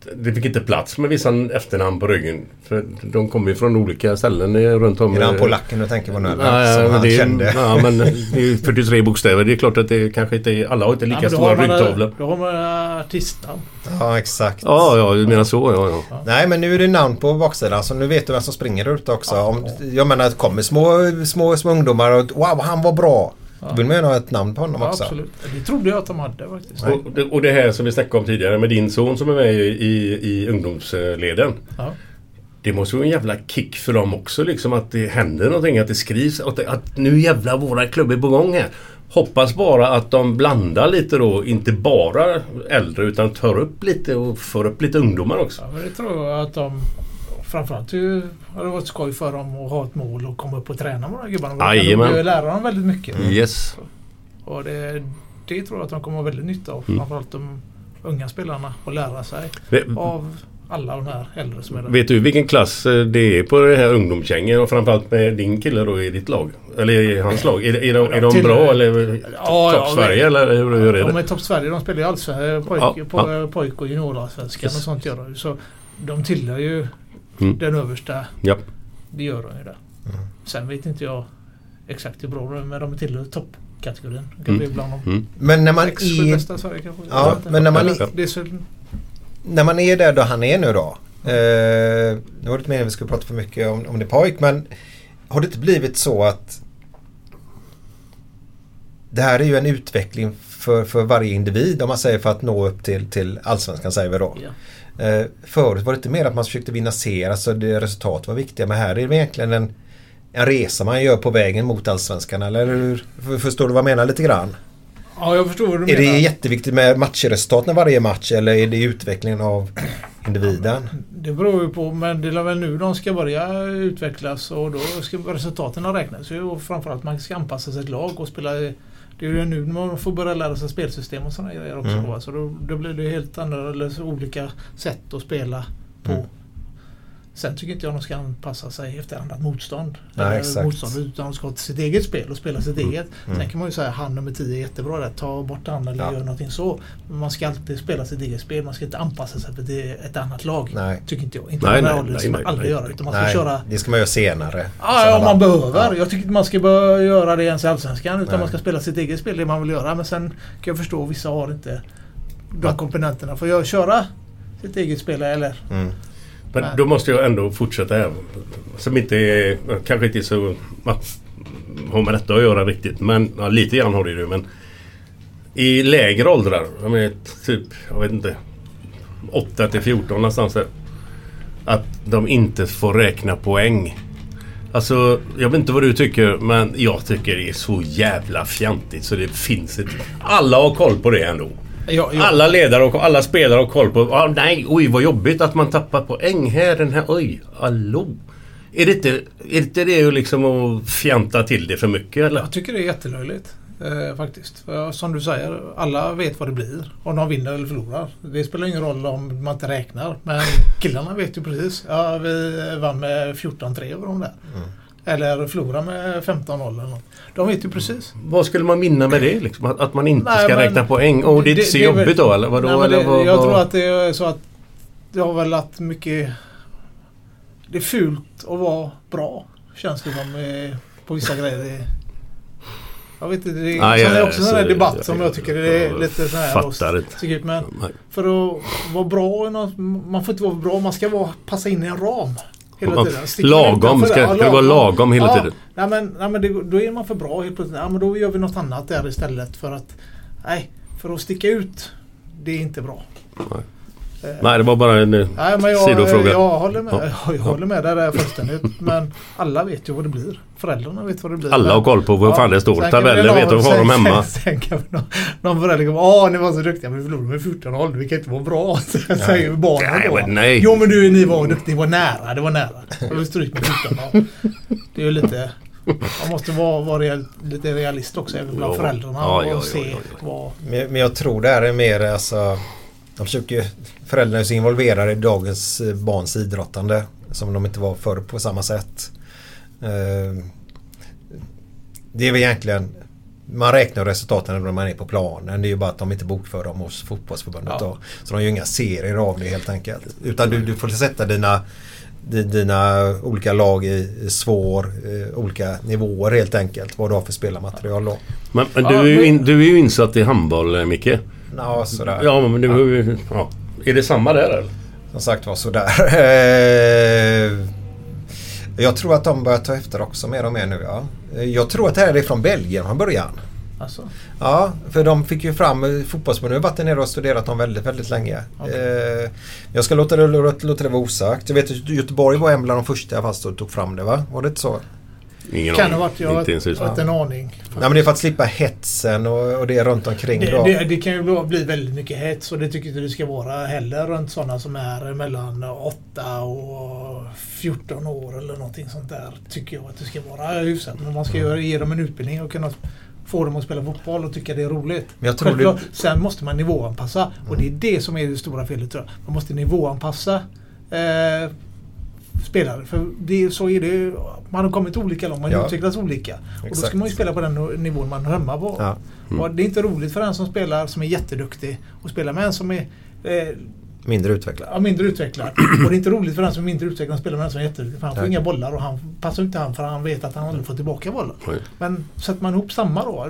Speaker 8: det fick inte plats med vissa efternamn på ryggen. För de kommer ju från olika ställen runt om.
Speaker 7: Är det han på lacken du tänker på nu?
Speaker 8: Ja,
Speaker 7: som
Speaker 8: ja,
Speaker 7: han
Speaker 8: det är,
Speaker 7: kände.
Speaker 8: ja, men det är fyrtiotre bokstäver. Det är klart att det kanske inte är, alla har inte lika
Speaker 9: Ja,
Speaker 8: stora ryggtavlor.
Speaker 9: Då har man artistnamn.
Speaker 7: Ja, exakt.
Speaker 8: Ja, ja, du menar så, ja, ja.
Speaker 7: Ja. Nej, men nu är det namn på baksidan, så nu vet du vem som springer där ute också.
Speaker 9: Ja.
Speaker 7: Om, jag menar, det kommer små, små, små ungdomar och wow, han var bra.
Speaker 9: Ja.
Speaker 7: Då vill man ju ha ett namn på honom
Speaker 9: Ja,
Speaker 7: också.
Speaker 9: absolut. Det trodde jag att de hade faktiskt.
Speaker 8: Och det, och det här som vi snackade om tidigare med din son som är med i, i, i ungdomsleden.
Speaker 9: Ja.
Speaker 8: Det måste vara en jävla kick för dem också liksom, att det händer någonting, att det skrivs att, det, att nu jävla våra klubbar på gång här. Hoppas bara att de blandar lite då, inte bara äldre utan tar upp lite och för upp lite ungdomar också.
Speaker 9: Ja, men det tror jag att de framförallt ju har det varit skoj för dem att ha ett mål och komma upp och träna med de här gubbarna.
Speaker 8: Jajamän.
Speaker 9: De lära dem väldigt mycket.
Speaker 8: Mm. Yes.
Speaker 9: Och det, det tror jag att de kommer ha väldigt nytta av.
Speaker 8: Mm.
Speaker 9: Framförallt de unga spelarna och lära sig
Speaker 8: Vet,
Speaker 9: av alla de här äldre som är där.
Speaker 8: vet du vilken klass det är på det här ungdomsgängen och framförallt med din kille då i ditt lag? Eller i hans lag? Är, är de, är de
Speaker 9: Till-
Speaker 8: bra eller
Speaker 9: Ja,
Speaker 8: topp
Speaker 9: ja,
Speaker 8: Sverige
Speaker 9: det-
Speaker 8: eller hur, hur är
Speaker 9: De
Speaker 8: det?
Speaker 9: är topp Sverige, de spelar ju allsvenskan, pojk,
Speaker 8: Ja,
Speaker 9: på,
Speaker 8: ja.
Speaker 9: pojk och juniorallsvenskan
Speaker 8: Yes.
Speaker 9: och sånt gör de. Så de tillhör ju
Speaker 8: Mm.
Speaker 9: den översta,
Speaker 8: Ja.
Speaker 9: det gör de ju där.
Speaker 7: Mm.
Speaker 9: Sen vet inte jag exakt hur bra de är, men de tillhör toppkategorin. De kan
Speaker 8: Mm.
Speaker 9: bli bland de
Speaker 8: Mm.
Speaker 7: Men när man
Speaker 9: sex, sju
Speaker 7: är,
Speaker 9: bästa i Sverige kanske.
Speaker 7: Ja,
Speaker 9: Jag vet inte.
Speaker 7: men när man
Speaker 9: Eller,
Speaker 7: är-
Speaker 9: det är så,
Speaker 7: när man är där då han är nu då. Eh, nu var det inte meningen att vi skulle prata för mycket om, om det pojk, men har det inte blivit så att det här är ju en utveckling för, för varje individ, om man säger, för att nå upp till, till allsvenskan, säger vi då.
Speaker 9: ja.
Speaker 7: Eh, förut var det inte mer att man försökte vinna serier, alltså det resultat var viktiga, men här är det egentligen en, en resa man gör på vägen mot allsvenskan, eller hur? För- Förstår du vad jag menar lite grann?
Speaker 9: ja, jag förstår vad du
Speaker 7: Är
Speaker 9: menar.
Speaker 7: det jätteviktigt med matchresultat när varje match, eller är det utvecklingen av individen?
Speaker 9: Det beror ju på, men det är väl nu de ska börja utvecklas och då ska resultaten räknas ju, och framförallt man ska anpassa sig ett lag och spela. Det är ju nu när man får börja lära sig spelsystem och sådana grejer också.
Speaker 7: Mm.
Speaker 9: Då, så då, då blir det helt andra eller så olika sätt att spela på.
Speaker 7: Mm.
Speaker 9: Sen tycker inte jag de ska anpassa sig efter annat motstånd.
Speaker 7: Nej,
Speaker 9: eller
Speaker 7: exakt.
Speaker 9: motstånd, utan de ska ha sitt eget spel och spela sitt eget.
Speaker 7: Mm.
Speaker 9: Sen kan man ju säga han nummer tio är jättebra där, ta bort han eller
Speaker 7: Ja.
Speaker 9: gör någonting så. Men man ska alltid spela sitt eget spel, man ska inte anpassa sig för det är ett annat lag.
Speaker 7: Nej.
Speaker 9: Tycker inte jag. Inte
Speaker 8: Nej,
Speaker 9: nej,
Speaker 8: nej,
Speaker 9: nej, det
Speaker 8: nej,
Speaker 9: ska man
Speaker 8: nej,
Speaker 9: aldrig
Speaker 8: nej.
Speaker 9: göra, utan man ska
Speaker 7: Nej,
Speaker 9: köra.
Speaker 7: det ska man göra senare.
Speaker 9: Ja, ja, om man behöver.
Speaker 7: Ja.
Speaker 9: Jag tycker inte man ska börja göra det ens i Allsvenskan, utan
Speaker 7: Nej.
Speaker 9: man ska spela sitt eget spel, det man vill göra. Men sen kan jag förstå, vissa har inte de
Speaker 7: Ja.
Speaker 9: komponenterna för att köra sitt eget spel eller.
Speaker 7: Mm.
Speaker 8: Men
Speaker 9: Nej.
Speaker 8: då måste jag ändå fortsätta här. Som inte är, kanske inte är så, ja, har med detta att göra riktigt. Men ja, lite grann har det ju. Men i lägre åldrar, jag menar, typ, jag vet inte, åtta till fjorton någonstans där, att de inte får räkna poäng. Alltså, jag vet inte vad du tycker, men jag tycker det är så jävla fjantigt så det finns inte. Alla har koll på det ändå.
Speaker 9: Ja, ja.
Speaker 8: Alla ledare och alla spelare har koll på, ah, nej, oj vad jobbigt att man tappar poäng här, den här, oj, hallå. Är det inte, är det, inte det liksom att fjanta till det för mycket eller?
Speaker 9: Jag tycker det är jättelöjligt eh, faktiskt. För, som du säger, alla vet vad det blir. Om de vinner eller förlorar. Det spelar ingen roll om man inte räknar. Men killarna vet ju precis. Ja, vi vann med fjorton tre över dem där.
Speaker 7: Mm.
Speaker 9: Eller förlorar med femton noll eller något. De vet ju precis.
Speaker 8: Vad skulle man vinna med det liksom? Att, att man inte
Speaker 9: Nej,
Speaker 8: ska
Speaker 9: men-
Speaker 8: räkna poäng? Åh, det är inte så
Speaker 9: det är väl-
Speaker 8: jobbigt då eller? Vadå,
Speaker 9: Nej, men
Speaker 8: eller
Speaker 9: det,
Speaker 8: vad,
Speaker 9: jag
Speaker 8: vad?
Speaker 9: tror att det är så att det har väl att mycket. Det är fult att vara bra. Känns det som eh, på vissa grejer. Det, jag vet inte, det är,
Speaker 8: Nej,
Speaker 9: sen är det
Speaker 8: jag-
Speaker 9: också en sån
Speaker 8: så-
Speaker 9: här debatt
Speaker 8: jag-
Speaker 9: som jag tycker är
Speaker 8: jag
Speaker 9: lite så här.
Speaker 8: fattar inte.
Speaker 9: Tycker, men
Speaker 8: Nej.
Speaker 9: för att vara bra i något, man får inte vara bra, man ska vara, passa in i en ram. Hela
Speaker 8: Ja,
Speaker 9: tiden. Sticker
Speaker 8: lagom,
Speaker 9: man utanför
Speaker 8: ska-
Speaker 9: det, ja,
Speaker 8: ska det vara lagom hela
Speaker 9: ja,
Speaker 8: tiden?
Speaker 9: Nej men, nej, men det, då är man för bra helt plötsligt. Ja, men då gör vi något annat där istället för att, nej, för att sticka ut, det är inte bra.
Speaker 8: Nej.
Speaker 9: Eh,
Speaker 8: Nej, det var bara en eh,
Speaker 9: Nej, men jag,
Speaker 8: sidofråga.
Speaker 9: jag håller med,
Speaker 8: Ja.
Speaker 9: jag, jag håller med där, där fullständigt. Men alla vet ju vad det blir. Föräldrarna vet vad det blir.
Speaker 8: Alla
Speaker 9: men,
Speaker 8: har koll på vad fan det står.
Speaker 9: sen kan
Speaker 8: Tabeller
Speaker 9: vi-
Speaker 8: vet de, har de hemma.
Speaker 9: Sen, sen kan vi någon, någon förälder komma, åh ni var så duktiga men vi förlorade med fjorton noll, vi kan inte vara bra. Så säger vi barnen
Speaker 8: Nej,
Speaker 9: då.
Speaker 8: men nej.
Speaker 9: Jo men du, ni var duktiga, det var nära, det var nära. Det var stryk med fjorton noll. Det är ju lite, man måste vara, vara real, lite realist också även bland
Speaker 8: Ja.
Speaker 9: föräldrarna
Speaker 8: Ja,
Speaker 9: och
Speaker 8: ja, ja,
Speaker 9: se
Speaker 8: ja, ja.
Speaker 9: vad.
Speaker 7: Men, men jag tror det här är mer, alltså, de försöker ju, föräldrarna är så involverade i dagens eh, barns idrottande som de inte var förr på samma sätt. Eh, det är väl egentligen man räknar resultaten när man är på planen. Det är ju bara att de inte bokför dem hos fotbollsförbundet. Ja. Då. Så de har ju inga serier av det helt enkelt. Utan du, du får sätta dina, dina olika lag i svår, eh, olika nivåer helt enkelt. Vad du har för spelarmaterial då.
Speaker 8: Men, men du, är ju in, du är ju insatt i handboll, Micke.
Speaker 7: Ja, sådär.
Speaker 8: Ja, men du, ja. Ja. Är det samma där eller?
Speaker 7: Som sagt var sådär. Jag tror att de börjar ta efter också mer och mer nu. Ja. Jag tror att det här är från Belgien från början.
Speaker 9: Alltså.
Speaker 7: Ja, för de fick ju fram fotbollsförbundet. Jag har varit nere och studerat dem väldigt, väldigt länge. Okay. Eh, jag ska låta det, låta det vara osagt. Jag vet att Göteborg var en bland de första fast och tog fram det, va? Var det inte så?
Speaker 8: Ingen
Speaker 9: kan
Speaker 8: aning.
Speaker 9: ha varit, jag har varit en aning.
Speaker 7: Nej, men det är för att slippa hetsen och, och det runt omkring
Speaker 9: det,
Speaker 7: då.
Speaker 9: Det, det kan ju bli väldigt mycket hets och det tycker inte det ska vara heller runt sådana som är mellan åtta och fjorton år eller någonting sånt där. Tycker jag att det ska vara hyfsat. Men man ska mm. ge dem en utbildning och kunna få dem att spela fotboll och tycka det är roligt. Men jag tror det... Sen måste man nivåanpassa mm. och det är det som är det stora felet, tror jag. Man måste nivåanpassa eh, spelare. För det, så är det, man har kommit olika långt, man ja. utvecklas olika. Exakt. Och då ska man ju spela på den nivån man hör på. Ja. Mm. Och det är inte roligt för en som spelar som är jätteduktig och spelar med en som är eh,
Speaker 7: mindre utvecklad.
Speaker 9: Ja, mindre utvecklad. Och det är inte roligt för den som är mindre utvecklad att spela med den som är jätteduktig. För han får Nej. inga bollar och han passar inte han för han vet att han aldrig får tillbaka bollar. Nej. Men sätter man ihop samma då,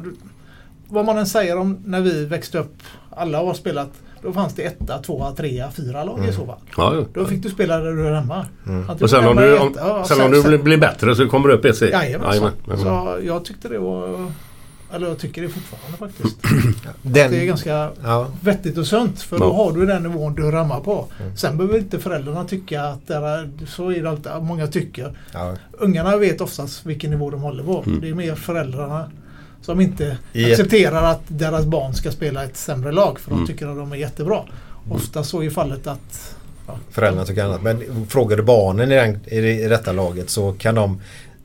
Speaker 9: vad man än säger om när vi växte upp, alla har spelat, då fanns det etta, tvåa, trea, fyra lag mm. i så fall. Ja, ja. Då fick du spela där du är hemma. Mm.
Speaker 8: Och sen om du, om, ja, sen sen, om du sen, blir bättre så kommer du upp i sig.
Speaker 9: Jajamän. Så jag tyckte det var, eller jag tycker det fortfarande faktiskt.
Speaker 7: Den,
Speaker 9: det är ganska ja. vettigt och sunt, för då ja. har du den nivån du ramar på. Mm. Sen behöver inte föräldrarna tycka att det är, så är det alltid, många tycker. Ja. Ungarna vet oftast vilken nivå de håller på. Mm. Det är mer föräldrarna som inte I accepterar att deras barn ska spela ett sämre lag för de mm. tycker att de är jättebra. Ofta så är fallet att
Speaker 7: ja, föräldrarna tycker annat. Men frågar du barnen i, den, i, i detta laget så kan de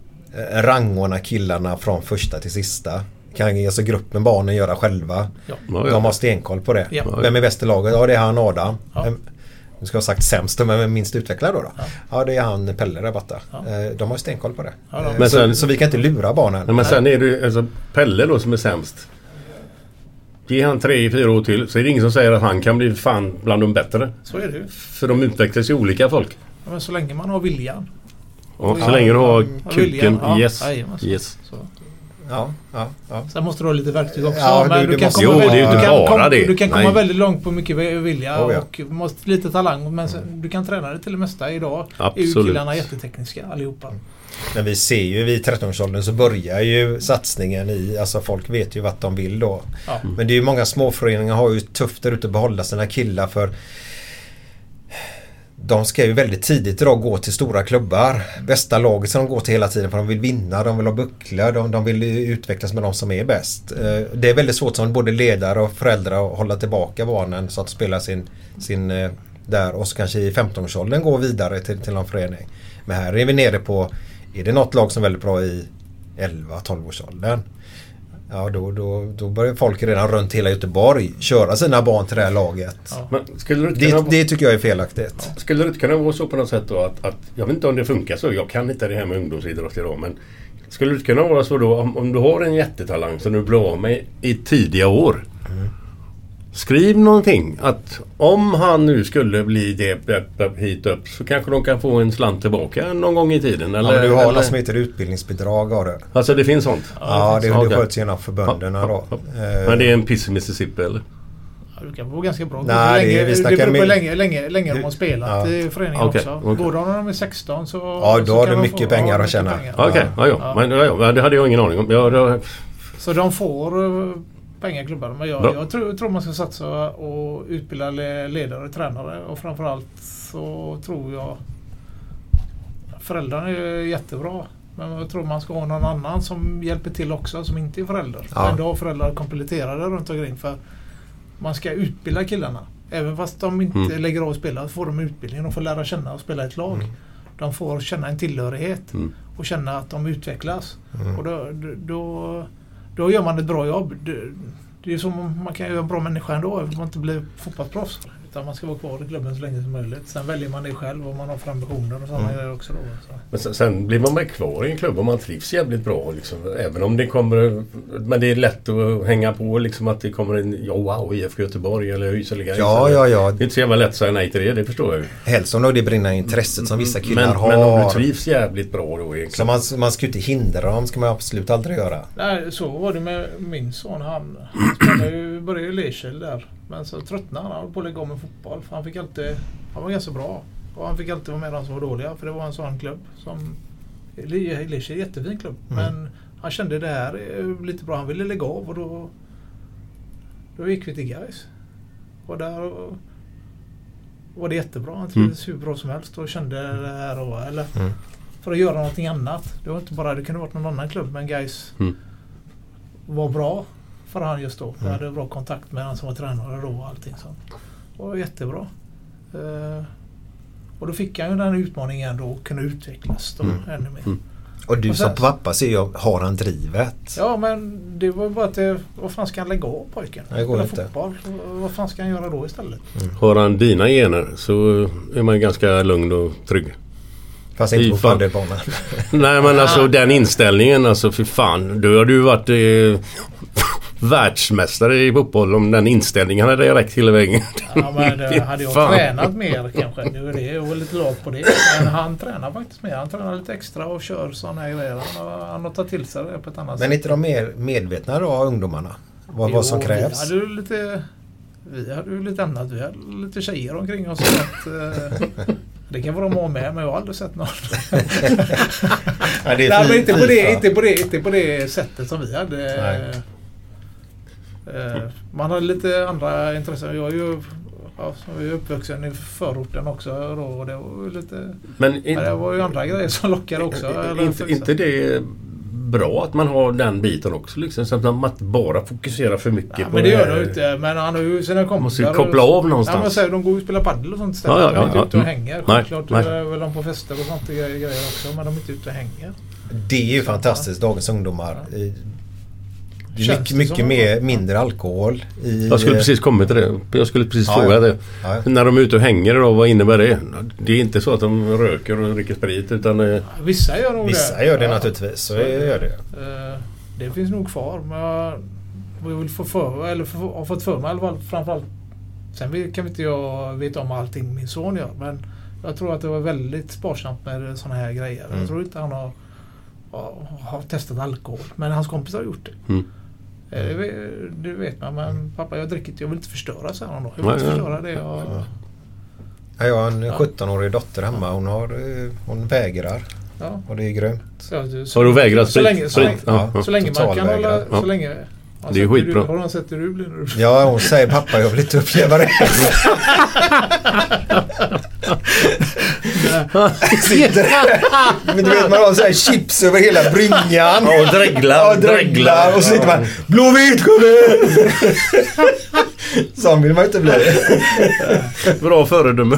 Speaker 7: rangordna killarna från första till sista. Kan alltså gruppen barnen göra själva. Ja. De har stenkoll på det. Ja. Vem är bäst i laget? Ja, det är han Adam. Ja. Nu ska jag ha sagt sämst, men minst utvecklad då, då. Ja. ja, det är han Pelle där borta. Ja. De har stenkoll på det. Ja, men sen, så, så vi kan inte lura barnen.
Speaker 8: Men sen är det alltså Pelle då som är sämst. Ge han tre, fyra år till så är det ingen som säger att han kan bli fan bland de bättre.
Speaker 9: Så är det ju.
Speaker 8: För de utvecklas ju olika folk.
Speaker 9: Ja, men så länge man har viljan.
Speaker 8: Ja, så ja, länge du har kuken, ja, yes.
Speaker 9: Ja,
Speaker 8: yes.
Speaker 9: Så.
Speaker 7: Ja, ja, ja.
Speaker 9: Sen måste du ha lite verktyg också.
Speaker 7: Ja,
Speaker 9: men
Speaker 7: du,
Speaker 9: du,
Speaker 7: du
Speaker 9: kan
Speaker 7: måste,
Speaker 9: komma
Speaker 8: jo,
Speaker 9: väldigt,
Speaker 8: det är ju
Speaker 9: du kan,
Speaker 8: bara
Speaker 9: kom,
Speaker 8: det.
Speaker 9: du kan komma
Speaker 8: Nej.
Speaker 9: väldigt långt på mycket vilja
Speaker 7: oh, ja.
Speaker 9: och måste lite talang. Men sen, du kan träna det till det mesta idag.
Speaker 8: Absolut.
Speaker 9: Är ju killarna jättetekniska allihopa.
Speaker 7: Men vi ser ju vid tretton-årsåldern så börjar ju satsningen i, alltså folk vet ju vad de vill då. Ja. Men det är ju många småföreningar har ju tufft där ute att behålla sina killar för de ska ju väldigt tidigt då gå till stora klubbar. Bästa laget som de går till hela tiden för de vill vinna, de vill ha buckla, de, de vill utvecklas med de som är bäst. Det är väldigt svårt som både ledare och föräldrar att hålla tillbaka barnen så att de spelar sin, sin där och så kanske i femton-årsåldern går vidare till, till någon förening. Men här är vi nere på, är det något lag som är väldigt bra i elva-tolv-årsåldern? Ja, då, då, då börjar folk redan runt hela Göteborg köra sina barn till det här laget.
Speaker 8: Ja. Men skulle det,
Speaker 7: det,
Speaker 8: vara,
Speaker 7: det tycker jag är felaktigt.
Speaker 8: Ja. Skulle det inte kunna vara så på något sätt då att, att, jag vet inte om det funkar så, jag kan inte det här med ungdomsidrott idag, men skulle det inte kunna vara så då om, om du har en jättetalang som du blir av med i tidiga år, mm. skriv någonting att om han nu skulle bli det hit upp så kanske de kan få en slant tillbaka någon gång i tiden. Eller,
Speaker 7: ja, men du har
Speaker 8: eller?
Speaker 7: något som heter utbildningsbidrag av det.
Speaker 8: Alltså det finns sånt?
Speaker 7: Ja, det, det, det sköts genom förbunderna då. Ja, ja.
Speaker 8: Men det är en piss i Mississippi eller?
Speaker 9: Ja, du kan vara ganska bra.
Speaker 7: Nej,
Speaker 9: länge,
Speaker 7: det,
Speaker 9: det beror på länge, länge, länge de har spelat ja. i föreningen
Speaker 8: okay.
Speaker 9: också.
Speaker 8: Okay.
Speaker 9: Går de när de är sexton så...
Speaker 7: Ja, då
Speaker 9: så
Speaker 7: har du mycket få, pengar ja, att tjäna.
Speaker 8: Okej, okay. ja, ja. ja. Men ja, det hade jag ingen aning om. Ja, det...
Speaker 9: Så de får... pengaklubbar. Men jag, jag tror, tror man ska satsa och utbilda ledare och tränare och framförallt så tror jag föräldrarna är jättebra. Men jag tror man ska ha någon annan som hjälper till också som inte är förälder. Ja. Men då har föräldrar kompletterade runt omkring för man ska utbilda killarna. Även fast de inte mm. lägger av att spela så får de utbildning. De får lära känna och spela ett lag. Mm. De får känna en tillhörighet mm. och känna att de utvecklas. Mm. Och då, då Då gör man ett bra jobb. Det, det är som man kan göra en bra människa ändå. Man inte blir fotbollsproffs. utan man ska vara kvar i klubben så länge som möjligt. Sen väljer man det själv och man har för ambitioner och sådana mm. grejer också då. Så.
Speaker 8: Men sen, sen blir man med kvar i en klubb och man trivs jävligt bra liksom. Även om det kommer, men det är lätt att hänga på liksom att det kommer en, ja wow, I F K Göteborg eller Hys eller
Speaker 7: Ja, ja, ja.
Speaker 8: Det är inte så jävla lätt att säga nej till det, det förstår jag ju.
Speaker 7: Helst om det brinner intresset som vissa killar
Speaker 8: men,
Speaker 7: har.
Speaker 8: Men om du trivs jävligt bra då egentligen.
Speaker 7: Så man, man ska inte hindra dem, ska man absolut aldrig göra.
Speaker 9: Nej, så var det med min son. Han spelade ju, började i Lersel där. Men så tröttnade han, han höll på att lägga om med fotboll. För han fick alltid, han var ganska bra. Och han fick alltid vara med de som var dåliga. För det var en sån klubb som, Lersel är en jättefin klubb. Mm. Men han kände det här är lite bra. Han ville lägga av och då, då gick vi till Gais. Och där var det jättebra. Han trivdes mm. hur bra som helst och kände det här och, eller mm. för att göra någonting annat. Det var inte bara, det kunde varit någon annan klubb, men Gais mm. var bra för han just då. Mm. Jag hade bra kontakt med han som var tränare då och allting sånt. Det var jättebra. Uh, och då fick han ju den utmaningen då att kunna utvecklas då mm. ännu mer. Mm.
Speaker 7: Och du
Speaker 9: och sen,
Speaker 7: som pappa ser jag, har han drivet?
Speaker 9: Ja, men det var bara att det, vad fan ska han lägga av pojken?
Speaker 7: Det går inte.
Speaker 9: Fotboll. Vad fan ska han göra då istället?
Speaker 8: Mm. Har han dina gener så är man ganska lugn och trygg.
Speaker 7: Fast inte på paddelbanan.
Speaker 8: Nej, men alltså den inställningen, alltså för fan, du har du varit eh, världsmästare i fotboll om den inställningen hade jag räckt hela vägen.
Speaker 9: Ja, men det hade jag fan. tränat mer kanske. Det var det, jag var lite lag på det. Men han tränar faktiskt mer. Han tränar lite extra och kör sådana här grejer. Han, han har tagit till sig det på ett annat sätt.
Speaker 7: Men inte de mer medvetna då av ungdomarna? Vad, jo, vad som krävs?
Speaker 9: Vi hade ju lite, vi hade ju lite annat. Vi hade lite tjejer omkring oss. Att, eh, det kan vara må med, men jag har aldrig sett någon. Ja, det är Nej, men inte på det, inte på det, inte på det sättet som vi hade. Nej. Man hade lite andra intressen. Jag är ju ja, jag är uppvuxen i förorten också då, och det var ju lite
Speaker 8: men in,
Speaker 9: ja, det var ju andra grejer som lockade också.
Speaker 8: Eller inte, inte det bra att man har den biten också liksom, så att man inte bara fokuserar för mycket ja, på
Speaker 9: men det gör det inte. Men han har ju sina kompisar.
Speaker 8: Måste ju koppla av någonstans.
Speaker 9: Ja, men säger, de går och spelar paddel och sånt istället. Ja, ja, ja, de är inte ja, ute och hänger. Självklart är väl de på fester och sånt grejer, grejer också, men de är inte ute och hänger.
Speaker 7: Det är ju fantastiskt, dagens ungdomar. Ja. Det är mycket, mycket mer, mindre alkohol i,
Speaker 8: jag skulle precis komma till det. Jag skulle precis ja, fråga ja. det. Ja, ja. När de är ute och hänger då, vad innebär det? Det är inte så att de röker och dricker sprit utan
Speaker 9: ja, vissa gör nog
Speaker 7: vissa
Speaker 9: det.
Speaker 7: gör det
Speaker 9: ja.
Speaker 7: naturligtvis. Så gör det.
Speaker 9: Uh, det finns nog kvar, men jag vill få för eller för, har fått för mig i alla fall, framförallt. Sen kan vi inte jag veta om allting min son gör, men jag tror att det var väldigt sparsamt med såna här grejer. Mm. Jag tror inte han har, har testat alkohol, men hans kompis har gjort det. Mm. Det, det vet man, men pappa, jag dricker inte, jag vill inte förstöra så här. Jag vill inte förstöra det. Och...
Speaker 7: Ja, jag har en sjuttonårig dotter hemma, hon, har, hon vägrar. Ja. Och det är grönt.
Speaker 8: Ja, du, så, har du vägrat
Speaker 9: så, så länge, så länge, ja, ja. så länge man kan hålla, ja. så länge
Speaker 8: det är skitbra.
Speaker 9: Har hon sett hur du blir?
Speaker 7: Ja, hon säger pappa, jag vill inte uppleva det. Men du vet, man har så här chips över hela brynjan.
Speaker 8: Och dreglar.
Speaker 7: Och dreglar. Och så sitter man, blåvitt kommer! Sån vill man inte bli.
Speaker 8: Bra föredöme.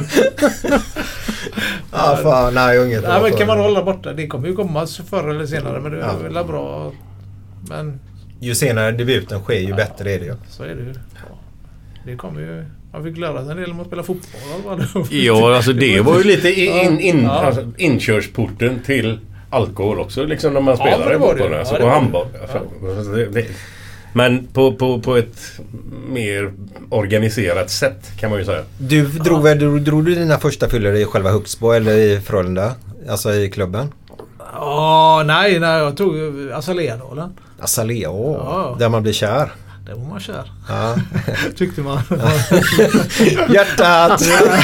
Speaker 7: Ja, fan, nej, inget.
Speaker 9: Ja, men kan man hålla borta? Det kommer ju komma förr eller senare, men det är ja. väl bra. Men
Speaker 7: ju senare debuten sker, ju ja, bättre är det ju.
Speaker 9: Så är det ju. Ja. Det kommer ju... Man fick lära sig en del om att spela fotboll.
Speaker 8: Ja, alltså det var ju lite in, in, ja. alltså, inkörsporten till alkohol också, liksom när man ja, spelar i fotboll. Alltså, ja, och handboll. Alltså, ja. det, det. Men på, på, på ett mer organiserat sätt kan man ju säga.
Speaker 7: Du drog, ja. drog, drog du dina första fyllor i själva Högsbo eller i Frölunda? Alltså i klubben?
Speaker 9: Ja, oh, nej, nej, jag tog Azalea-dalen.
Speaker 7: Azalea, åh, ja. Där man blir kär.
Speaker 9: Där var man kär.
Speaker 7: Ja.
Speaker 9: Tyckte man.
Speaker 7: Hjärtat!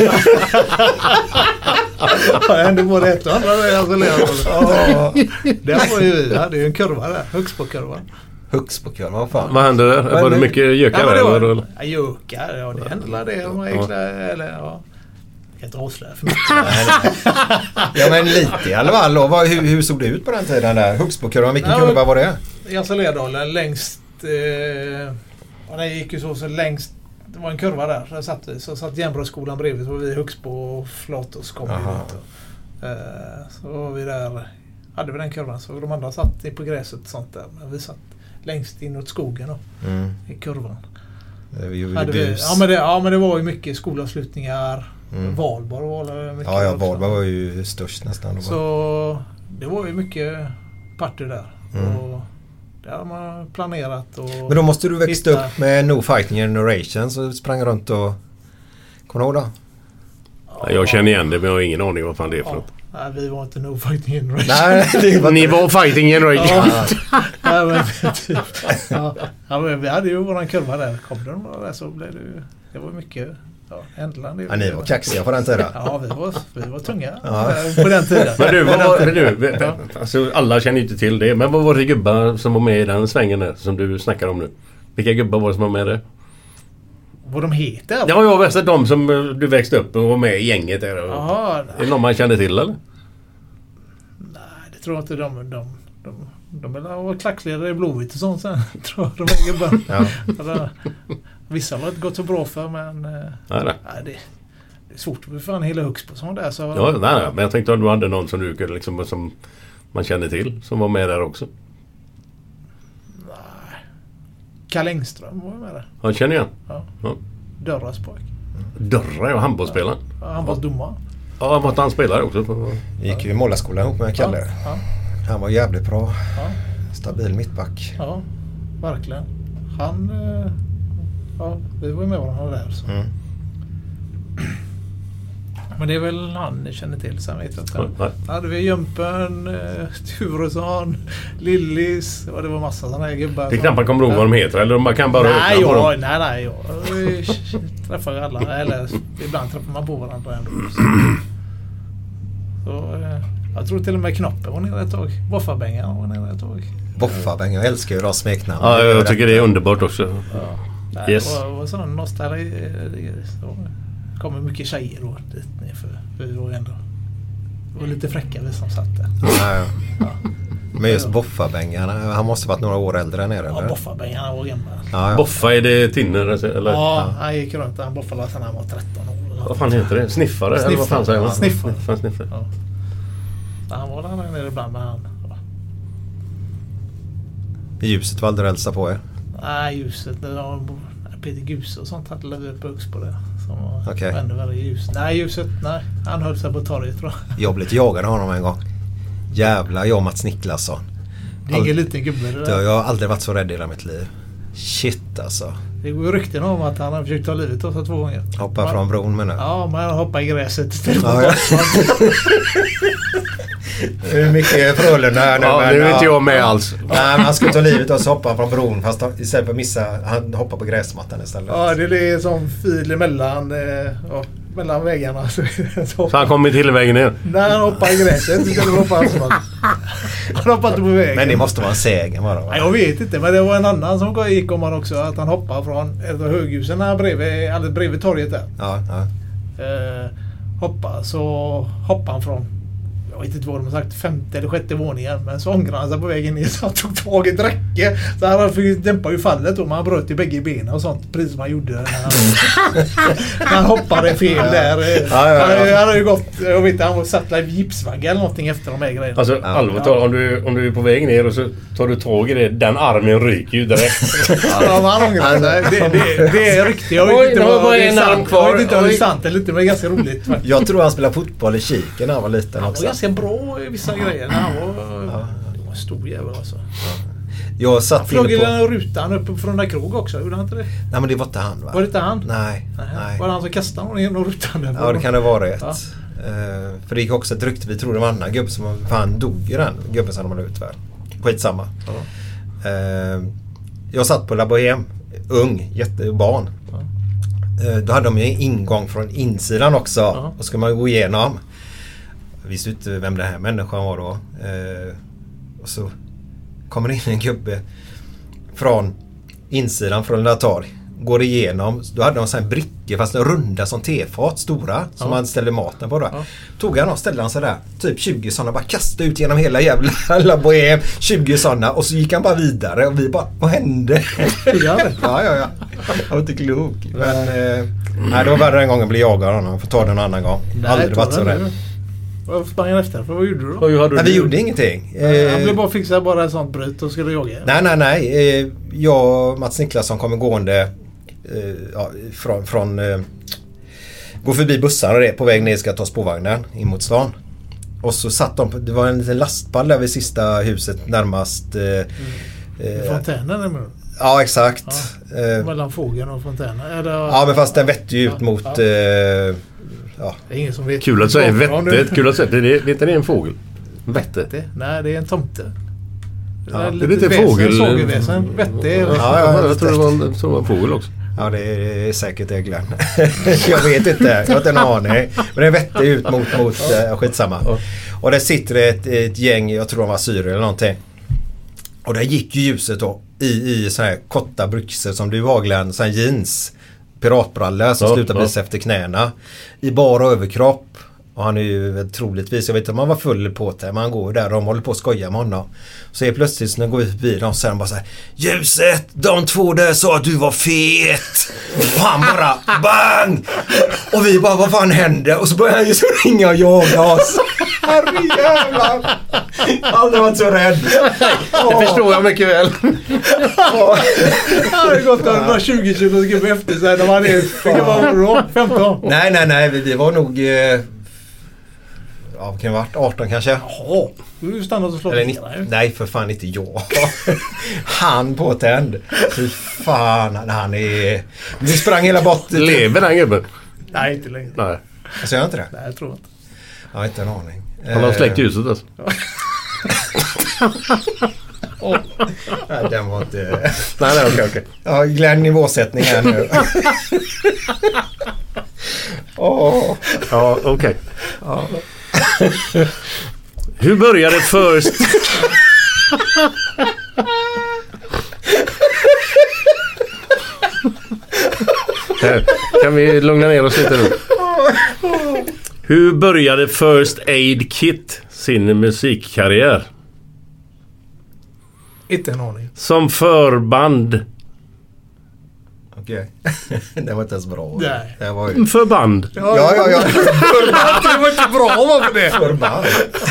Speaker 9: Ja, ändå var det ett och andra där Azalea-dalen. Det var ju vi, ja, det är ju en kurva där, Högsbo-kurvan.
Speaker 7: Högsbo-kurvan, vad fan.
Speaker 8: Vad hände där? Men, var det mycket gökar
Speaker 9: ja,
Speaker 8: där?
Speaker 9: Det var,
Speaker 8: eller?
Speaker 9: Ja, gökar, ja, det hände där det. Om jag eller, ja. Jag kan inte avslöja för mycket.
Speaker 7: Ja, men lite i alla fall. Vad, hur, hur såg det ut på den tiden där? Högsbo-kurvan, vilken ja, kurva var det?
Speaker 9: I Azalea-dalen längst... Eh, och den gick ju så, så längst... Det var en kurva där. Där satt vi. Så satt Jämbrödsskolan bredvid. Så var vi i Högsbo och Flatos kom ut. Eh, så var vi där... Hade vi den kurvan. Så de andra satt på gräset och sånt där. Men vi satt längst inåt skogen då, mm. i kurvan.
Speaker 7: Vi gjorde
Speaker 9: hade vi, ja, men det, ja men det var ju mycket skolavslutningar. Mm. Valborg var mycket.
Speaker 7: Ja, ja Valborg var ju störst nästan.
Speaker 9: Så det var ju mycket party där.
Speaker 7: Mm.
Speaker 9: Och det har man planerat. Och
Speaker 7: men då måste du växa
Speaker 9: hitta...
Speaker 7: upp med No Fighting Generation, så sprang runt och... Kommer du ihåg då?
Speaker 8: Ja, jag känner igen det, men jag har ingen aning vad fan det är för
Speaker 9: ja.
Speaker 8: något.
Speaker 9: Nej, vi var inte No Fighting Generation.
Speaker 7: Nej, det var...
Speaker 8: Ni var Fighting Generation.
Speaker 9: Ja. Ja, men, typ. ja. Ja, men vi hade ju våran kurva där. Kom de där så blev det ju... Det var mycket... Ja, äntligen.
Speaker 7: Ja, ni var kaxiga på den tiden.
Speaker 9: Ja, vi var, vi var tunga ja. på den tiden.
Speaker 8: Men du, vad var, men du ja. alltså, alla känner inte till det. Men vad var det gubbar som var med i den svängen där, som du snackar om nu? Vilka gubbar var det som var med där?
Speaker 9: Vad de heter?
Speaker 8: Ja, jag vet att de som du växte upp och var med i gänget där. Och,
Speaker 9: Aha,
Speaker 8: är det någon man kände till, eller?
Speaker 9: Nej, det tror jag inte. De, de, de, de, de var klackledare i Blåvitt och sånt sen. Tror jag de är gubbar. Ja. Eller, vissa har inte gått så bra för, men nej, nej. Nej, det, det är svårt att bli fan hela hux på sånt där. Så,
Speaker 8: ja, nej, nej, men jag tänkte att du hade någon som du liksom, som man kände till, som var med där också.
Speaker 9: Nej. Karl Engström var med där.
Speaker 8: Han känner igen?
Speaker 9: Ja.
Speaker 8: ja.
Speaker 9: Dörras pojk.
Speaker 8: Dörra, ja, handbollsspelaren.
Speaker 9: Ja, handbollsdomare.
Speaker 8: Ja, han var han spelare också. På...
Speaker 7: gick ju i målarskolan ihop med Kalle.
Speaker 9: Ja, ja.
Speaker 7: Han var jävligt bra.
Speaker 9: Ja.
Speaker 7: Stabil mittback.
Speaker 9: Ja, verkligen. Han... Eh, ja, vi var ju med varandra där. Så. Mm. Men det är väl han ni känner till. Sen vet jag att han, ja, hade vi Jumpen, eh, Turesson, Lillis och det var massa sådana här gubbar.
Speaker 8: Det är knappt man kommer ihåg vad de heter, eller man kan bara
Speaker 9: nej,
Speaker 8: öppna på
Speaker 9: ja,
Speaker 8: dem.
Speaker 9: Nej, nej, jag träffar alla. Eller ibland träffar man på varandra ändå. Så, så eh, jag tror till och med Knoppen var nere ett tag. Boffabängan var nere ett tag.
Speaker 7: Boffabängan, jag älskar ju deras smeknamn.
Speaker 8: Ja, jag tycker det är underbart också.
Speaker 9: Ja. Nej,
Speaker 8: yes.
Speaker 9: Det var, var sån nostalgi. Det kommer mycket tjejer då dit ner för vi var ändå det var lite fräcka vi som satt där.
Speaker 7: Ja, ja. Ja. Men just Boffabängarna, han måste varit några år äldre än er, eller?
Speaker 9: Ja, Boffabängarna var gammal.
Speaker 8: Ja, ja. Boffa, är det Tinner? Eller?
Speaker 9: Ja, ja, han gick runt han boffade sedan han var tretton år.
Speaker 8: Vad fan heter det? Sniffare?
Speaker 9: Sniffare.
Speaker 8: Eller vad fan säger man?
Speaker 9: Ja, sniffare.
Speaker 8: Sniffare, sniffare.
Speaker 9: Ja. Så han var där nere ibland med han. Ja.
Speaker 7: Ljuset var aldrig hälsa på er?
Speaker 9: Nej, ljuset. Det var Peter Guse och sånt hade levererat bugs på det. Som var
Speaker 7: okay.
Speaker 9: ännu värre ljus. Nej, ljuset, nej. Han höll sig på torget, tror jag.
Speaker 7: Jag blev lite jagad av honom en gång. Jävla, jag och Mats Niklasson.
Speaker 9: Det är ingen liten gubbe det där.
Speaker 7: Jag har aldrig varit så rädd i hela mitt liv. Shit alltså.
Speaker 9: Det går rykten om att han har försökt ta livet av sig två gånger.
Speaker 7: Hoppa man, från bron menar jag.
Speaker 9: Ja, men han hoppar i gräset istället för
Speaker 7: ja, ja. Hur mycket Frölunda här nu.
Speaker 8: Ja,
Speaker 7: men,
Speaker 8: nu är inte
Speaker 7: ja.
Speaker 8: jag med alls.
Speaker 7: Nej, men han skulle ta livet och så hoppa från bron. Fast han, istället för att missa, han hoppar på gräsmattan istället.
Speaker 9: Ja, det är som fil mellan, ja, mellan väggarna. Så,
Speaker 8: så han kommer till vägen ner?
Speaker 9: Nej, han hoppar i gräset istället för att hoppa asfalt. Han hoppade på vägen.
Speaker 7: Men det måste vara en sägen bara.
Speaker 9: Ja, jag vet inte, men det var en annan som gick om han också. Att han hoppade från ett av höghusen här bredvid, alldeles bredvid torget där.
Speaker 7: Ja, ja.
Speaker 9: Eh, hoppa, så hoppade han från, jag vet inte vad de har sagt, femte eller sjätte våningen. Men så ångrade han sig på vägen ner så han tog tag i ett räcke. Så han fick dämpa ju fallet då, men han bröt i bägge benen och sånt. Precis som han gjorde när han, när han hoppade fel där. Ja, ja, ja. Han, han har ju gått, jag vet inte, han var satt i gipsvagga eller någonting efter de här grejerna.
Speaker 8: Alltså, allvarligt ja. om, du, om du är på väg ner och så tar du tag i det, den armen ryker ju direkt.
Speaker 9: Ja, han ångrar sig. Det, det, det är riktigt. Jag vet
Speaker 8: Oj,
Speaker 9: inte vad det är sant.
Speaker 8: Kvar.
Speaker 9: Jag vet inte om det är sant eller inte, men det är ganska roligt. Faktiskt.
Speaker 7: Jag tror han spelade fotboll i Kiken när han var liten
Speaker 9: han
Speaker 7: också.
Speaker 9: Han var ganska bra i vissa grejer. Han var, ja. Det var en stor jävel alltså. Ja.
Speaker 7: Jag satt
Speaker 9: han flög in på rutan uppe från den krog också. Gjorde han inte det?
Speaker 7: Nej, men det var inte han, va?
Speaker 9: Var det inte han?
Speaker 7: Nej. nej.
Speaker 9: nej. Var det han som kastade honom genom rutan? Där?
Speaker 7: Ja, det kan det vara rätt. Ja. Uh, för det gick också ett rykte. Vi trodde det var en annan gubbe som fan dog i den. Gubben som de hade utvärt. Skitsamma. Ja. Uh, jag satt på La Bohème. Ung, jättebarn. Ja. Uh, då hade de ju en ingång från insidan också. Ja. Och skulle man gå igenom. Jag visste inte vem den här människan var då. Uh, och så kommer in en gubbe från insidan från Latar. Går igenom, då hade de så här brickor fast en runda som tefat, stora, som ja. man ställde maten på då. Ja. Tog han och ställde han så där, typ tjugo sådana, bara kastade ut genom hela jävla La Bohème, tjugo sådana, och så gick han bara vidare och vi bara, vad hände? ja, ja, ja. Jag var inte klok. Men eh, nej, det var värre en gång att bli jagad av honom, får ta den en annan gång.
Speaker 9: Nej,
Speaker 7: aldrig varit så rädd.
Speaker 9: Vad sprang han efter? För vad gjorde du då?
Speaker 7: Vad nej, vi gjorde ingenting.
Speaker 9: Eh, han blev bara fixad bara ett sånt brut och skulle jaga.
Speaker 7: Nej, nej, nej. Eh, jag och Mats Niklasson kommer gående eh, ja, från, från eh, går förbi bussarna och det på väg ner ska ta spårvagnen in mot stan. Och så satt de på, det var en liten lastpall där vid sista huset närmast eh,
Speaker 9: Mm.
Speaker 7: eh,
Speaker 9: Fontänen eller?
Speaker 7: Ja, exakt.
Speaker 9: Ja,
Speaker 7: eh,
Speaker 9: mellan fågeln och fontänen. Är det,
Speaker 7: ja, men fast den vette ju ut
Speaker 9: ja,
Speaker 7: mot
Speaker 9: ja.
Speaker 7: Eh, ja.
Speaker 9: Det är ingen som vet.
Speaker 8: Kul att säga vettet. Kul att säga. Det, det, vet ni, det är en fågel. Vette.
Speaker 9: Nej, det är en tomte.
Speaker 8: Ja, det är lite
Speaker 9: väsen,
Speaker 8: fågel.
Speaker 9: Sågelväsen. Vette.
Speaker 7: Ja, ja,
Speaker 8: jag tror det var en, tror det var en fågel också.
Speaker 7: Ja, det är säkert det, Glenn. Jag vet inte. Jag har inte en aning. Men det vette ut mot, mot uh, skitsamma. Och där sitter ett, ett gäng, jag tror de var syrer eller någonting. Och där gick ju ljuset då i, i så här korta byxor som du var, Glenn. Så här jeans. Piratbrallor som
Speaker 8: ja,
Speaker 7: slutar
Speaker 8: ja.
Speaker 7: visa efter knäna. I bara överkropp. Och han är ju troligtvis, jag vet inte om han var full på det, men han går där och de håller på att skoja med honom. Så är plötsligt när går vi förbi dem så är de bara så här: ljuset, de två där sa att du var fet. Och han bara bang! Och vi bara, vad fan hände? Och så börjar han ju så ringa och jaga oss. Herrejävlar! Jag har aldrig varit så rädd.
Speaker 8: Det förstår jag mycket väl.
Speaker 9: Han har gått några tjugo kilo gubbe efter sig. De var det. Vilka var bra? femton?
Speaker 7: Nej, nej, nej. Vi, vi var nog... Eh, ja, kan det ha varit arton kanske?
Speaker 9: Jaha. Du stannade och slog
Speaker 7: Eller nittio. Nej, för fan inte jag. Han på tänd. Fy fan, han är... Vi sprang hela bort...
Speaker 8: Lever den gubben?
Speaker 9: Nej, inte längre.
Speaker 8: Nej.
Speaker 7: Alltså, jag inte det?
Speaker 9: Nej, jag tror inte.
Speaker 7: Jag har inte en aning.
Speaker 8: Han har släckt ljuset alltså.
Speaker 7: Oh. Nej, den var inte...
Speaker 8: Nej, nej, okej, okej.
Speaker 7: Ja, Glenn nivåsättning här nu. oh.
Speaker 8: Ja, okej. Okay. Ja. Hur började först... Här, kan vi lugna ner oss lite nu? Hur började First Aid Kit sin musikkarriär?
Speaker 9: Inte en aning.
Speaker 8: Som förband.
Speaker 7: Okej. Okay. Det var inte ens bra.
Speaker 9: Nej.
Speaker 7: Det var ju...
Speaker 8: Förband.
Speaker 7: Ja, ja, ja.
Speaker 9: Det var inte bra var för det.
Speaker 7: Förband.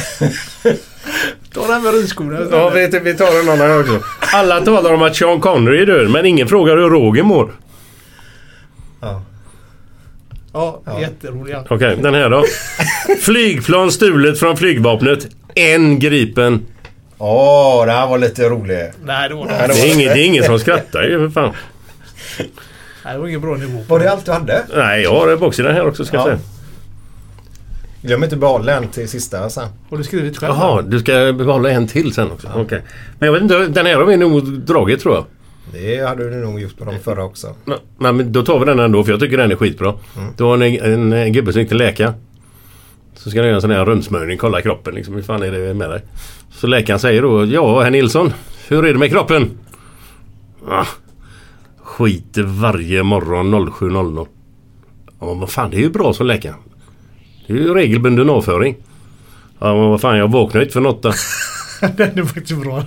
Speaker 9: Ta den med ridskorna.
Speaker 8: Ja, vi, vi tar en annan också. Alla talar om att Sean Connery är död, men ingen frågar hur Roger mår.
Speaker 7: Ja.
Speaker 9: Ja, ja. Jätteroliga.
Speaker 8: Okej, okay, den här då. Flygplan stulet från flygvapnet. En gripen.
Speaker 7: Åh, oh, det här var lite roligt.
Speaker 9: Nej, det var det.
Speaker 8: Det, det, är, ingen, det är ingen som skrattar ju för fan.
Speaker 9: Nej, det var ingen bra nivå.
Speaker 7: Var det allt du hade?
Speaker 8: Nej, jag har boxen här också ska jag
Speaker 7: ja.
Speaker 8: säga.
Speaker 7: Glöm inte behålla en till sista sen.
Speaker 9: Har du skrivit själv?
Speaker 8: Jaha, du ska behålla en till sen också. Ja. Okej. Okay. Men jag vet inte, den här har vi nog dragit tror jag.
Speaker 7: Det hade du nog gjort på de förra också.
Speaker 8: Nej, men då tar vi den ändå för jag tycker den är skitbra. Mm. Då har en, en, en gubbe som gick till läkare. Så ska han göra en sån här rundsmörjning, kolla kroppen liksom, hur fan är det med dig? Så läkaren säger då, ja herr Nilsson, hur är det med kroppen? Ah, skiter varje morgon noll sju noll noll. Ja, vad fan, det är ju bra som läkare. Det är ju regelbunden avföring. Ja, men vad fan, jag vaknar inte för något då.
Speaker 9: Den är faktiskt bra.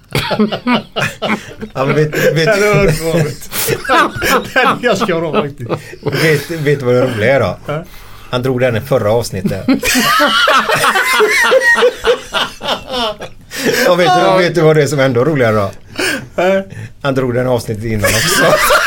Speaker 7: Ja, men vet, vet,
Speaker 9: den är bra. Den är ganska bra faktiskt.
Speaker 7: Vet, vet du vad det roliga är då? Ja. Han drog den i förra avsnittet. Och vet du, vet du vad det är som är ändå roligare då? Han drog den avsnittet innan också.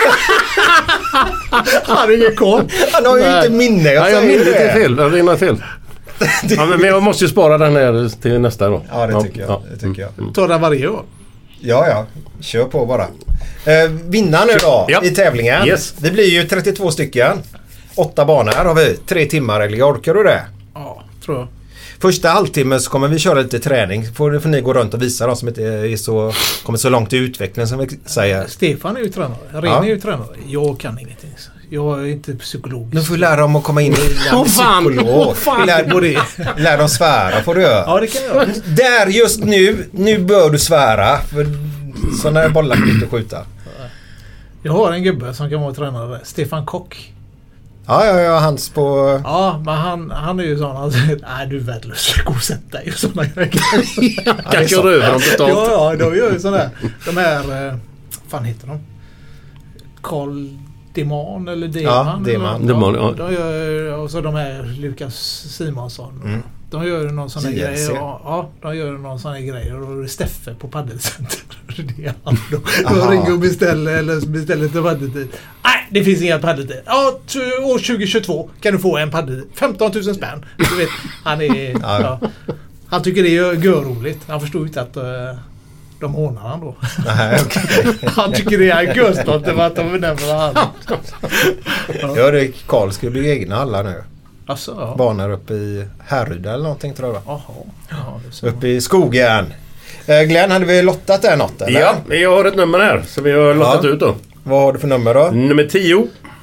Speaker 9: Han har ingen koll.
Speaker 7: Han har ju
Speaker 8: Nej.
Speaker 7: inte minne. Jag
Speaker 8: Nej, jag minnet är fel. Jag rinner fel. Ja, men jag måste ju spara den här till nästa då.
Speaker 7: Ja, det tycker jag.
Speaker 8: Ja.
Speaker 7: Det tycker jag.
Speaker 8: Mm.
Speaker 9: Ta den varje år.
Speaker 7: Ja, ja. Kör på bara. Eh, vinnaren nu då
Speaker 8: ja.
Speaker 7: i tävlingen.
Speaker 8: Yes.
Speaker 7: Det blir ju trettiotvå stycken. Åtta banor har vi. Tre timmar, eller orkar du det?
Speaker 9: Ja, tror jag.
Speaker 7: Första halvtimmen så kommer vi köra lite träning. Får, får ni gå runt och visa de som inte är så, kommer så långt i utvecklingen som vi säger.
Speaker 9: Stefan är ju tränare. Ren
Speaker 7: Ja.
Speaker 9: är ju tränare. Jag kan ingenting. Jag är inte psykolog.
Speaker 7: Nu får vi lära dem att komma in i
Speaker 9: Åh, fan. Åh, fan.
Speaker 7: Lär, lär dem svära får du göra.
Speaker 9: Ja, det kan jag.
Speaker 7: Där just nu, nu bör du svära. För sådana bollar kan du inte skjuta.
Speaker 9: Jag har en gubbe som kan vara tränare. Stefan Kock.
Speaker 7: Ja, ja, ja, hans på...
Speaker 9: Ja, men han, han är ju sån. Han säger, nej du är värdelös. Gå och sätt dig. Och sådana grejer.
Speaker 8: Kan köra över dem totalt.
Speaker 9: Ja, ja, de gör ju sådana här. De här, eh, fan heter de? Carl Deman eller Deman?
Speaker 7: Ja, Deman.
Speaker 9: Eller,
Speaker 8: Deman, ja.
Speaker 9: De gör, och så de här Lukas Simonsson.
Speaker 7: Mm.
Speaker 9: De gör någon sån här
Speaker 7: J L C.
Speaker 9: grejer. Ja, ja, de gör någon sån här grejer. Och det är Steffe på paddelcenter. det han då. Då ringer och beställer eller beställer till paddeltid. Nej, det finns inga paddeltid. Ja, t- år tjugo tjugotvå kan du få en paddeltid. femton tusen spänn. Du vet, han är... ja. Ja. Han tycker det är görroligt. Han förstår inte att uh, de hånar han då.
Speaker 7: Nej, okay.
Speaker 9: Han tycker det är görstolt över att de benämner han.
Speaker 7: Ja, ja det Karl ska bli egna alla nu.
Speaker 9: Alltså, ja.
Speaker 7: Banor uppe i Härryda eller någonting tror jag.
Speaker 9: Jaha. Ja,
Speaker 7: uppe i skogen. Eh, Glenn, hade vi lottat där något eller?
Speaker 8: Ja, jag har ett nummer här så vi har lottat ja. ut då.
Speaker 7: Vad har du för nummer då?
Speaker 8: Nummer tio.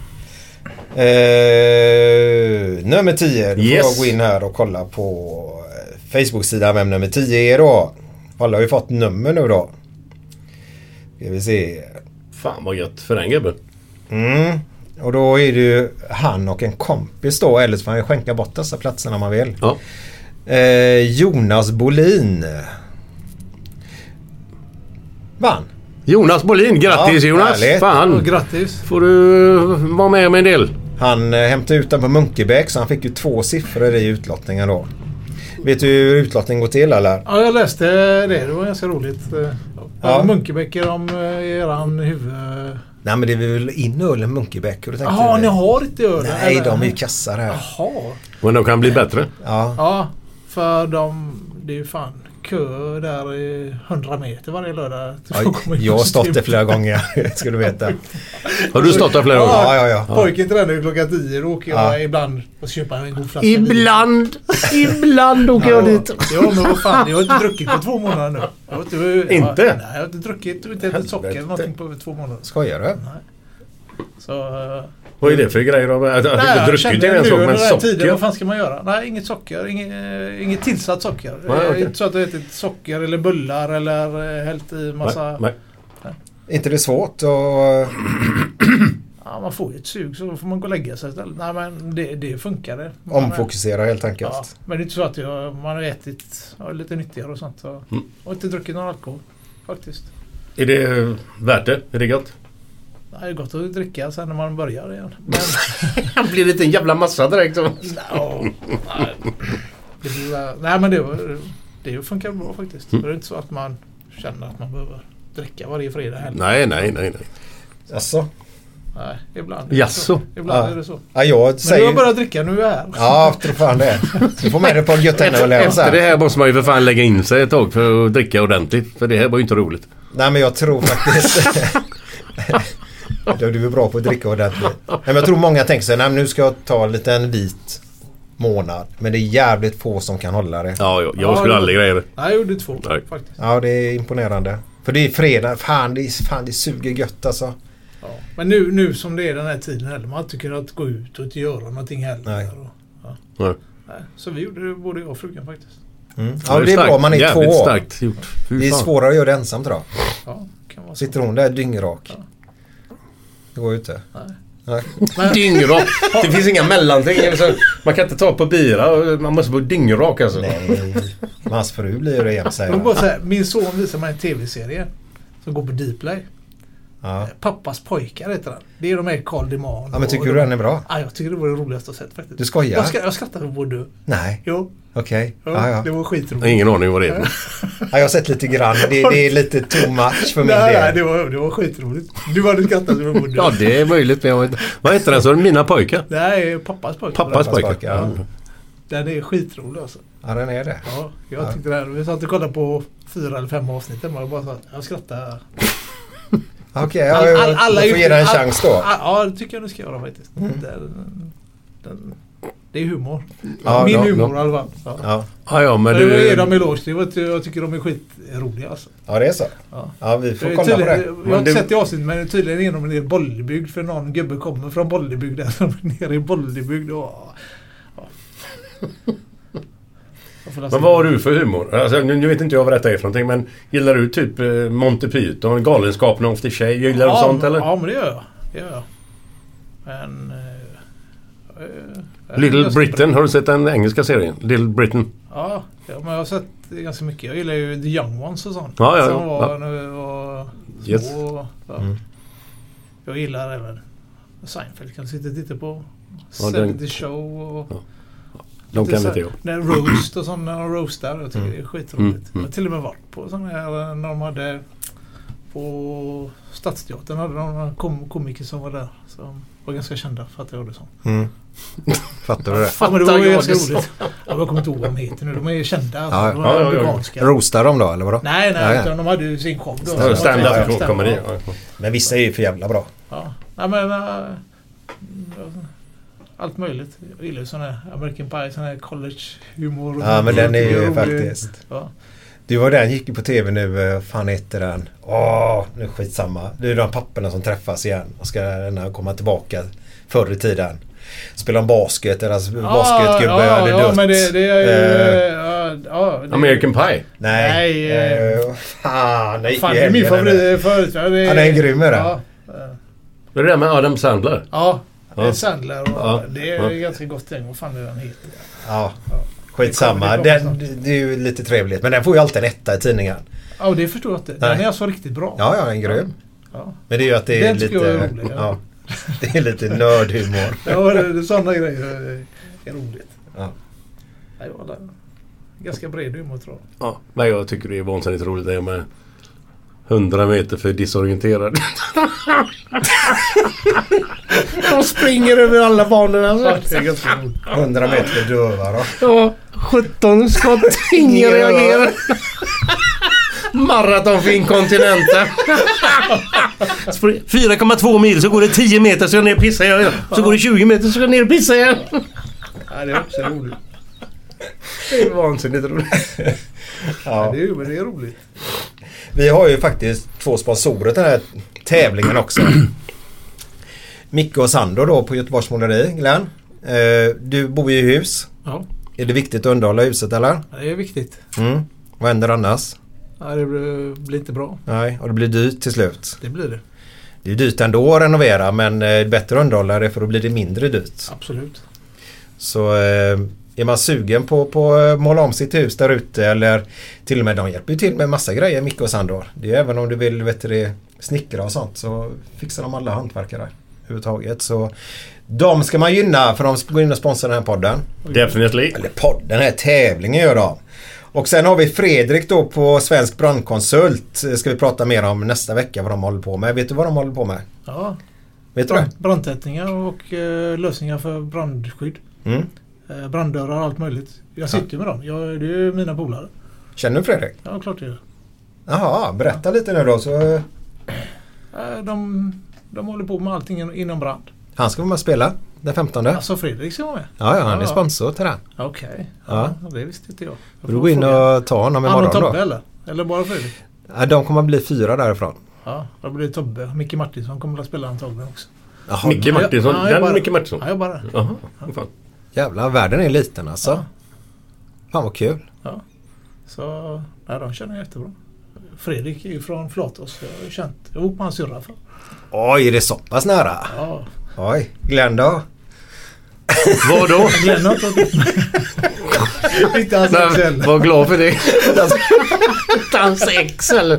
Speaker 7: Eh, nummer tio. Då får
Speaker 8: yes.
Speaker 7: jag gå in här och kolla på Facebook-sidan vem nummer tio är då. Alla har ju fått nummer nu då. Ska vi se.
Speaker 8: Fan vad gött för den gubben.
Speaker 7: Mm. Och då är det ju han och en kompis då. Eller så får han ju skänka bort dessa platserna om man vill.
Speaker 8: Ja.
Speaker 7: Eh, Jonas Bolin. Vann.
Speaker 8: Jonas Bolin, grattis ja, Jonas.
Speaker 7: Härligt.
Speaker 8: Fan.
Speaker 9: Och grattis.
Speaker 8: Får du vara med om en del.
Speaker 7: Han eh, hämtade ut den på Munkebäck så han fick ju två siffror i utlottningen då. Vet du hur utlottningen går till eller?
Speaker 9: Ja, jag läste det. Det var ganska roligt. Ja. Munkebäck är de i eran huvud...
Speaker 7: Nej, men det är väl in öl än Munkebäck.
Speaker 9: Jaha, ni har inte öl?
Speaker 7: Nej, eller? De är ju kassar här.
Speaker 9: Jaha.
Speaker 8: Men de kan bli bättre.
Speaker 7: Ja.
Speaker 9: Ja, för de... Det är ju fan kö där i hundra meter varje lördag.
Speaker 7: Ja, jag har stått där flera gånger, ska du veta.
Speaker 8: Har du stått där flera gånger?
Speaker 7: Ja, ja, ja.
Speaker 9: ja. Pojken tränar ju klockan tio. Då åker jag ja. ibland och köper en god flaska.
Speaker 8: Ibland. Ibland åker jag dit.
Speaker 9: Ja, men vad fan. Jag har inte druckit på två månader nu. Jag har inte?
Speaker 8: Jag, inte?
Speaker 9: Nej, jag har inte druckit. Inte ätit socker eller någonting på två månader.
Speaker 7: Skojar du?
Speaker 9: Nej. Så... Uh,
Speaker 8: vad är det för grejer då? Att
Speaker 9: nej,
Speaker 8: inte druckit det en sak, men socker?
Speaker 9: Tiden, vad fan ska man göra? Nej, inget socker. Inget, äh, inget tillsatt socker.
Speaker 8: Nej, okay.
Speaker 9: Inte så att du ätit socker eller bullar eller äh, hällt i massa...
Speaker 7: Nej, nej. Nej. Inte det svårt att...
Speaker 9: ja, man får ju ett sug så får man gå och lägga sig istället. Nej, men det, det funkar det.
Speaker 7: Omfokusera helt enkelt.
Speaker 9: Ja, men det är inte så att jag, man har ätit ja, lite nyttigare och sånt. Och, mm. och inte druckit någon alkohol, faktiskt.
Speaker 8: Är det värt det? Är det gott?
Speaker 9: Det är gott att dricka sen när man börjar igen. Men...
Speaker 8: det blir lite en jävla massa direkt. Så.
Speaker 9: no, nej. Det blir, nej, men det, det funkar bra faktiskt. Mm. Det är inte så att man känner att man behöver dricka varje fredag heller.
Speaker 8: Nej, nej, nej. nej.
Speaker 7: Alltså?
Speaker 9: Nej, ibland.
Speaker 8: Jaså?
Speaker 9: Ibland
Speaker 7: ja.
Speaker 9: är det så.
Speaker 7: Ja, jag
Speaker 9: men
Speaker 7: säger...
Speaker 9: nu har jag börjat dricka, nu är jag här.
Speaker 7: Ja, tror fan det. Du får med det på Götene och lära
Speaker 8: Efter det här måste man ju för fan lägga in sig ett tag för att dricka ordentligt. För det här var ju inte roligt.
Speaker 7: Nej, men jag tror faktiskt... Du är bra på att dricka ordentligt. Men jag tror många tänker sig, nej, nu ska jag ta en liten vit månad. Men det är jävligt få som kan hålla det.
Speaker 8: Ja, jag, jag skulle ja, aldrig greja det.
Speaker 9: Nej, jag gjorde två nej. faktiskt.
Speaker 7: Ja, det är imponerande. För det är fredag, fan det, är, fan, det suger gött alltså.
Speaker 9: Ja. Men nu, nu som det är den här tiden heller, man tycker att gå ut och inte göra någonting heller.
Speaker 7: Nej.
Speaker 9: Och, ja.
Speaker 8: Nej.
Speaker 9: Nej. Så vi gjorde det, både jag och frugan faktiskt.
Speaker 7: Mm. Ja, det är bra, man är
Speaker 8: jävligt
Speaker 7: två år.
Speaker 8: Starkt gjort.
Speaker 7: Det är svårare att göra det ensam tror jag.
Speaker 9: Ja, kan vara så.
Speaker 7: Sitter hon där dyngrak. Ja. Det går inte.
Speaker 9: Nej.
Speaker 8: Nej. Dyngrak. Det finns inga mellanting. Man kan inte ta på bira. Man måste vara dyngrak alltså.
Speaker 7: Nej. Hans fru blir det igen, säger
Speaker 9: bara säga, min son visar mig en tv-serie som går på Dplay.
Speaker 7: Ja.
Speaker 9: Pappas pojkar heter den. Det är de här Carl Deman.
Speaker 7: Ja, men tycker du den är bra?
Speaker 9: Ja, jag tycker det var det roligaste att sett faktiskt.
Speaker 7: Du skojar?
Speaker 9: Jag, ska, jag skrattar på både.
Speaker 7: Nej.
Speaker 9: Jo.
Speaker 7: Okej.
Speaker 9: Okay.
Speaker 7: Ja, ja.
Speaker 9: Det var skitroligt.
Speaker 8: Jag har ingen aning vad det är.
Speaker 7: Ja, jag har sett lite grann. Det, det är lite too much för min
Speaker 9: nej,
Speaker 7: del.
Speaker 9: Nej, det var, det var skitroligt. Du hade skrattat på både.
Speaker 8: Ja, det är möjligt. Men jag vet. Vad heter den så? Mina pojkar?
Speaker 9: Nej, pappas pojkar.
Speaker 8: Pappas pojkar.
Speaker 7: Ja.
Speaker 9: Den är skitrolig alltså.
Speaker 7: Ja, den är det.
Speaker 9: Ja, jag ja. tyckte det här. Vi satt och kollade på fyra eller fem avsnitt. Man bara så jag skrattar.
Speaker 7: Okej, okay, ja, jag, all, alla jag får ge den en all, chans då.
Speaker 9: All, ja, det tycker jag du ska göra faktiskt. Mm. Den, den, det är humor.
Speaker 7: Ja,
Speaker 9: min
Speaker 7: ja,
Speaker 9: humor
Speaker 7: ja.
Speaker 9: i alla fall. Ja.
Speaker 8: Ja. Ja, ja, men
Speaker 9: det
Speaker 8: du...
Speaker 9: är de eloge. Jag tycker de är skitroliga alltså.
Speaker 7: Ja, det är så.
Speaker 9: Ja,
Speaker 7: ja vi får kolla på det.
Speaker 9: Jag har inte sett i avsnitt, men tydligen är de nere i Bollebygd. För någon gubbe kommer från Bollebygd. Där de är nere i Bollebygd. Och, ja.
Speaker 8: Men vad har du för humor? Alltså, nu, nu vet inte jag vad detta är för någonting, men gillar du typ eh, Monty Python, Galenskapen of the Tjej? Gillar
Speaker 9: ja,
Speaker 8: du sånt eller?
Speaker 9: Ja, men det gör jag. Det gör jag. Men... Eh,
Speaker 8: eh, Little Britain, har du sett den engelska serien? Little Britain?
Speaker 9: Ja, ja, men jag har sett ganska mycket. Jag gillar ju The Young Ones och sånt.
Speaker 8: Ja, ja,
Speaker 9: som var
Speaker 8: ja.
Speaker 9: när vi var
Speaker 8: yes.
Speaker 9: små. Ja.
Speaker 7: Mm.
Speaker 9: Jag gillar även Seinfeld. Kan sitta och titta på
Speaker 8: ja,
Speaker 9: seventy Show och...
Speaker 8: Ja. De kan inte jag.
Speaker 9: När roast och sådna roastar. Jag tycker
Speaker 8: mm.
Speaker 9: det är skitroligt.
Speaker 8: Mm. Mm.
Speaker 9: Jag har till och med varit på sådana här när de hade på Stadsteatern hade de några kom- komiker som var där. Som var ganska kända för att jag gjorde så.
Speaker 7: Mm. Fattar du det?
Speaker 9: Ja, men det var ju ganska roligt. Jag kommer inte ihåg vad de heter nu. De är ju kända. Alltså.
Speaker 7: Ja,
Speaker 9: De var
Speaker 7: ja,
Speaker 9: amerikanska.
Speaker 7: Roastar de då, eller vadå?
Speaker 9: Nej, nej.
Speaker 7: Ja, ja.
Speaker 9: Utan de hade ju sin show då.
Speaker 8: Stand- stand-up comedy.
Speaker 7: Men vissa är ju för jävla bra.
Speaker 9: Ja. Nej, men... Äh, allt möjligt. Jag gillar ju sån här American Pie, sån här college-humor.
Speaker 7: Ja, men den är ju
Speaker 9: rolig.
Speaker 7: faktiskt...
Speaker 9: Ja.
Speaker 7: Du var den, gick ju på tv nu, vad fan heter den? Åh, nu skitsamma. Det är de papperna som träffas igen och ska denna komma tillbaka förr i tiden. Spela en basket, deras
Speaker 9: Ja,
Speaker 7: basketgubbe
Speaker 9: ja,
Speaker 7: hade
Speaker 9: ja,
Speaker 7: dött.
Speaker 9: men det, det är ju...
Speaker 7: Eh,
Speaker 9: ja, ja, det,
Speaker 8: American Pie?
Speaker 7: Nej.
Speaker 9: Nej,
Speaker 7: eh, fan, nej,
Speaker 9: fan, det är min favorit förut. Ja, det,
Speaker 7: ja, den är grym med den.
Speaker 9: Ja,
Speaker 8: Det är det där med Adam Sandler?
Speaker 9: ja, det är
Speaker 8: Ja.
Speaker 9: Sandler och
Speaker 8: Ja.
Speaker 9: det är
Speaker 8: Ja.
Speaker 9: ganska gott gäng. Vad fan är den heter?
Speaker 7: Ja,
Speaker 9: Ja.
Speaker 7: skitsamma.
Speaker 9: Det kommer- det
Speaker 7: Den,
Speaker 9: kommer
Speaker 7: det är ju lite trevligt. Men den får ju alltid en etta i tidningen.
Speaker 9: Ja, och det förstår jag inte. Den
Speaker 7: Nej.
Speaker 9: är alltså riktigt bra.
Speaker 7: Ja, ja, den är grym.
Speaker 9: Ja.
Speaker 7: Men det är ju att det är
Speaker 9: Den
Speaker 7: lite...
Speaker 9: tycker jag är rolig, ja.
Speaker 7: ja. Det är lite nördhumor.
Speaker 9: Ja, det, det, sådana grejer är, är roligt.
Speaker 7: Ja.
Speaker 9: Nej, det är ganska bred humor tror jag.
Speaker 8: Ja, men jag tycker det är vansinnigt roligt det med hundra meter för disorienterad.
Speaker 12: De springer över alla banorna.
Speaker 9: Det är ganska roligt.
Speaker 7: hundra meter döva då.
Speaker 12: Ja, sjutton skott. Ingen reagerar.
Speaker 8: Maraton för inkontinenter. fyra komma två mil så går det tio meter så jag ner och pissar igen. Så går det tjugo meter så jag ner och pissar igen.
Speaker 9: Ja, det är också roligt.
Speaker 8: Det är vansinnigt roligt.
Speaker 7: Ja.
Speaker 9: Ja, det, är, men det är roligt.
Speaker 7: Vi har ju faktiskt två sponsorer till den här tävlingen också. Micke och Sandor då på Göteborgs Måleri, Glenn. Eh, du bor ju i hus.
Speaker 9: Ja,
Speaker 7: Är det viktigt att underhålla huset eller?
Speaker 9: det är viktigt.
Speaker 7: Mm. Vad händer annars?
Speaker 9: Ja, det blir, blir inte bra.
Speaker 7: Nej, och det blir dyrt till slut.
Speaker 9: Det blir det.
Speaker 7: Det är dyrt ändå att renovera, men eh, bättre att underhålla det för då blir det mindre dyrt.
Speaker 9: Absolut.
Speaker 7: Så eh, är man sugen på på att måla om sitt hus där ute, eller till och med de hjälper ju till med massa grejer, Micke och Sandor. Det är även om du vill vet du, snickra och sånt så fixar de alla hantverkare överhuvudtaget. Så de ska man gynna för de går in och sponsrar den här podden.
Speaker 8: Definitely.
Speaker 7: Eller podden, den här tävlingen gör de. Och sen har vi Fredrik då på Svensk Brandkonsult. Ska vi prata mer om nästa vecka vad de håller på med. Vet du vad de håller på med?
Speaker 9: Ja,
Speaker 7: Vet du det?
Speaker 9: brand, brandtätningar och eh, lösningar för brandskydd.
Speaker 7: Mm.
Speaker 9: Eh, branddörrar och allt möjligt. Jag sitter ju med dem. Jag, det är ju mina polare.
Speaker 7: Känner du Fredrik?
Speaker 9: Ja, klart det är det.
Speaker 7: Jaha, berätta lite nu då. Så
Speaker 9: Eh, de, de håller på med allting in- inom brand.
Speaker 7: han ska vara med och spela den femtonde.
Speaker 9: Alltså Fredrik ska vara med.
Speaker 7: Ja, ja, han är
Speaker 9: Ja.
Speaker 7: sponsor till den.
Speaker 9: Okej. Okay.
Speaker 7: Ja.
Speaker 9: Ja, det visste inte jag. jag
Speaker 7: Får du gå in och ta honom
Speaker 9: Han och
Speaker 7: imorgon
Speaker 9: Tobbe
Speaker 7: då?
Speaker 9: eller? Eller bara Fredrik?
Speaker 7: Ja, de kommer att bli fyra därifrån.
Speaker 9: Ja, då blir det Tobbe. Micke Martinsson kommer att spela antagligen också.
Speaker 7: Jaha,
Speaker 8: Micke Martinsson.
Speaker 9: Ja, jag
Speaker 8: Den
Speaker 9: bara-
Speaker 8: Micke Martinsson.
Speaker 9: Ja, jag bara.
Speaker 8: Jaha, vad fan.
Speaker 7: jävlar, världen är liten alltså.
Speaker 9: Ja.
Speaker 7: Fan vad kul.
Speaker 9: Ja. Så, nej, de känner jag jättebra. Fredrik är ju från Flatås. Jag har ju känt. Jag var på hans syrra för.
Speaker 7: Oj, är det så pass nära?
Speaker 9: Ja.
Speaker 7: Oj, Glenn då?
Speaker 8: Vad då?
Speaker 9: Glenn har tagit inte hans ex
Speaker 8: Nej,
Speaker 9: heller.
Speaker 8: var glad för det. Hans ex eller?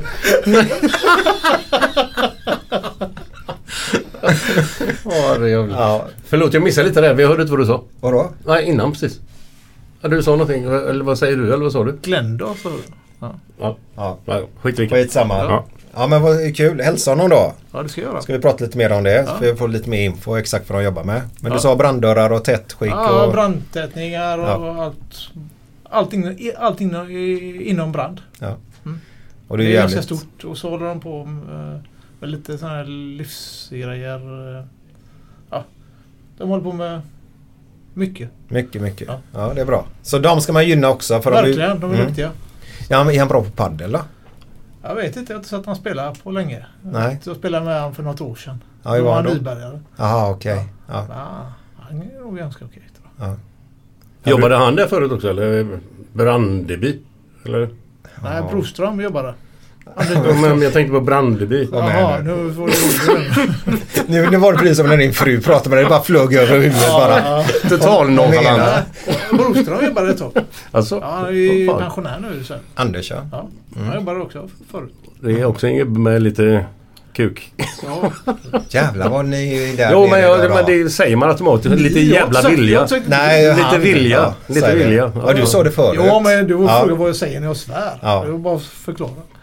Speaker 8: Ja, det är jävligt.
Speaker 7: Ja.
Speaker 8: Förlåt, jag missade lite där. Vi hörde inte vad du sa.
Speaker 7: Vadå?
Speaker 8: Nej, innan precis. Ja, du sa någonting. Eller vad säger du? Eller vad sa du?
Speaker 9: Glenn då? Så. Ja.
Speaker 8: Ja,
Speaker 7: Ja,
Speaker 8: ja skit vilket.
Speaker 7: skitsamma.
Speaker 8: Ja.
Speaker 7: Ja, men vad kul. Hälsa honom då.
Speaker 9: ja, det ska jag göra.
Speaker 7: Ska vi prata lite mer om det?
Speaker 9: Ja.
Speaker 7: Så vi får lite mer info exakt vad de jobbar med. Men
Speaker 9: Ja.
Speaker 7: du sa branddörrar och tättskick
Speaker 9: Ja,
Speaker 7: och...
Speaker 9: brandtätningar och
Speaker 7: Ja.
Speaker 9: allt. Allting, allting inom brand.
Speaker 7: Ja.
Speaker 9: Mm.
Speaker 7: Och
Speaker 9: Det
Speaker 7: det
Speaker 9: är
Speaker 7: är
Speaker 9: ganska
Speaker 7: jävligt...
Speaker 9: stort. Och så håller de på med, med lite sådana här livsgrejer. Ja, de håller på med mycket.
Speaker 7: Mycket, mycket. Ja.
Speaker 9: Ja.
Speaker 7: det är bra. Så de ska man gynna också. För
Speaker 9: Verkligen, de är
Speaker 7: Mm.
Speaker 9: duktiga.
Speaker 7: Ja, men är han bra på paddel då?
Speaker 9: Jag vet inte, jag har inte sett han spela på länge.
Speaker 7: Nej.
Speaker 9: Jag spelade med honom för något år sedan.
Speaker 7: Ja,
Speaker 9: Då
Speaker 7: hur
Speaker 9: var
Speaker 7: var
Speaker 9: han
Speaker 7: han då?
Speaker 9: nybörjare.
Speaker 7: Jaha, okej. Ja.
Speaker 9: Ja, han är nog ganska okej tror jag.
Speaker 7: Ja.
Speaker 8: Jobbade han där förut också? Eller Brandeby? Eller?
Speaker 9: Nej, Broström jobbade.
Speaker 8: Ja, men jag tänkte på Brandeby.
Speaker 9: Jaha, nu får du
Speaker 7: Nu, nu var det precis som när din fru pratade med dig. Det bara flög över huvudet bara.
Speaker 8: Total nonchalant.
Speaker 9: Broström jobbade ett tag.
Speaker 8: Alltså,
Speaker 9: Ja, han är ju
Speaker 8: vad fan.
Speaker 9: pensionär nu. Så.
Speaker 7: Anders, ja.
Speaker 9: Ja, han jobbade också förut.
Speaker 8: Det är också en gubbe med lite kuk.
Speaker 9: Ja.
Speaker 7: Jävlar vad ni är där
Speaker 8: Jo, men,
Speaker 7: nere
Speaker 8: jag,
Speaker 7: idag.
Speaker 8: men det säger man automatiskt. Lite
Speaker 9: Jag har
Speaker 8: jävla
Speaker 9: sagt- jag
Speaker 8: vilja.
Speaker 9: har sagt-
Speaker 7: Nej,
Speaker 8: Lite
Speaker 7: han-
Speaker 8: vilja.
Speaker 7: Ja,
Speaker 8: Lite
Speaker 7: säg det.
Speaker 8: vilja.
Speaker 7: Ja, du sa det förut.
Speaker 9: Ja, men du
Speaker 7: Ja.
Speaker 9: frågar vad jag säger när jag svär.
Speaker 7: Ja.
Speaker 9: Jag vill bara förklara.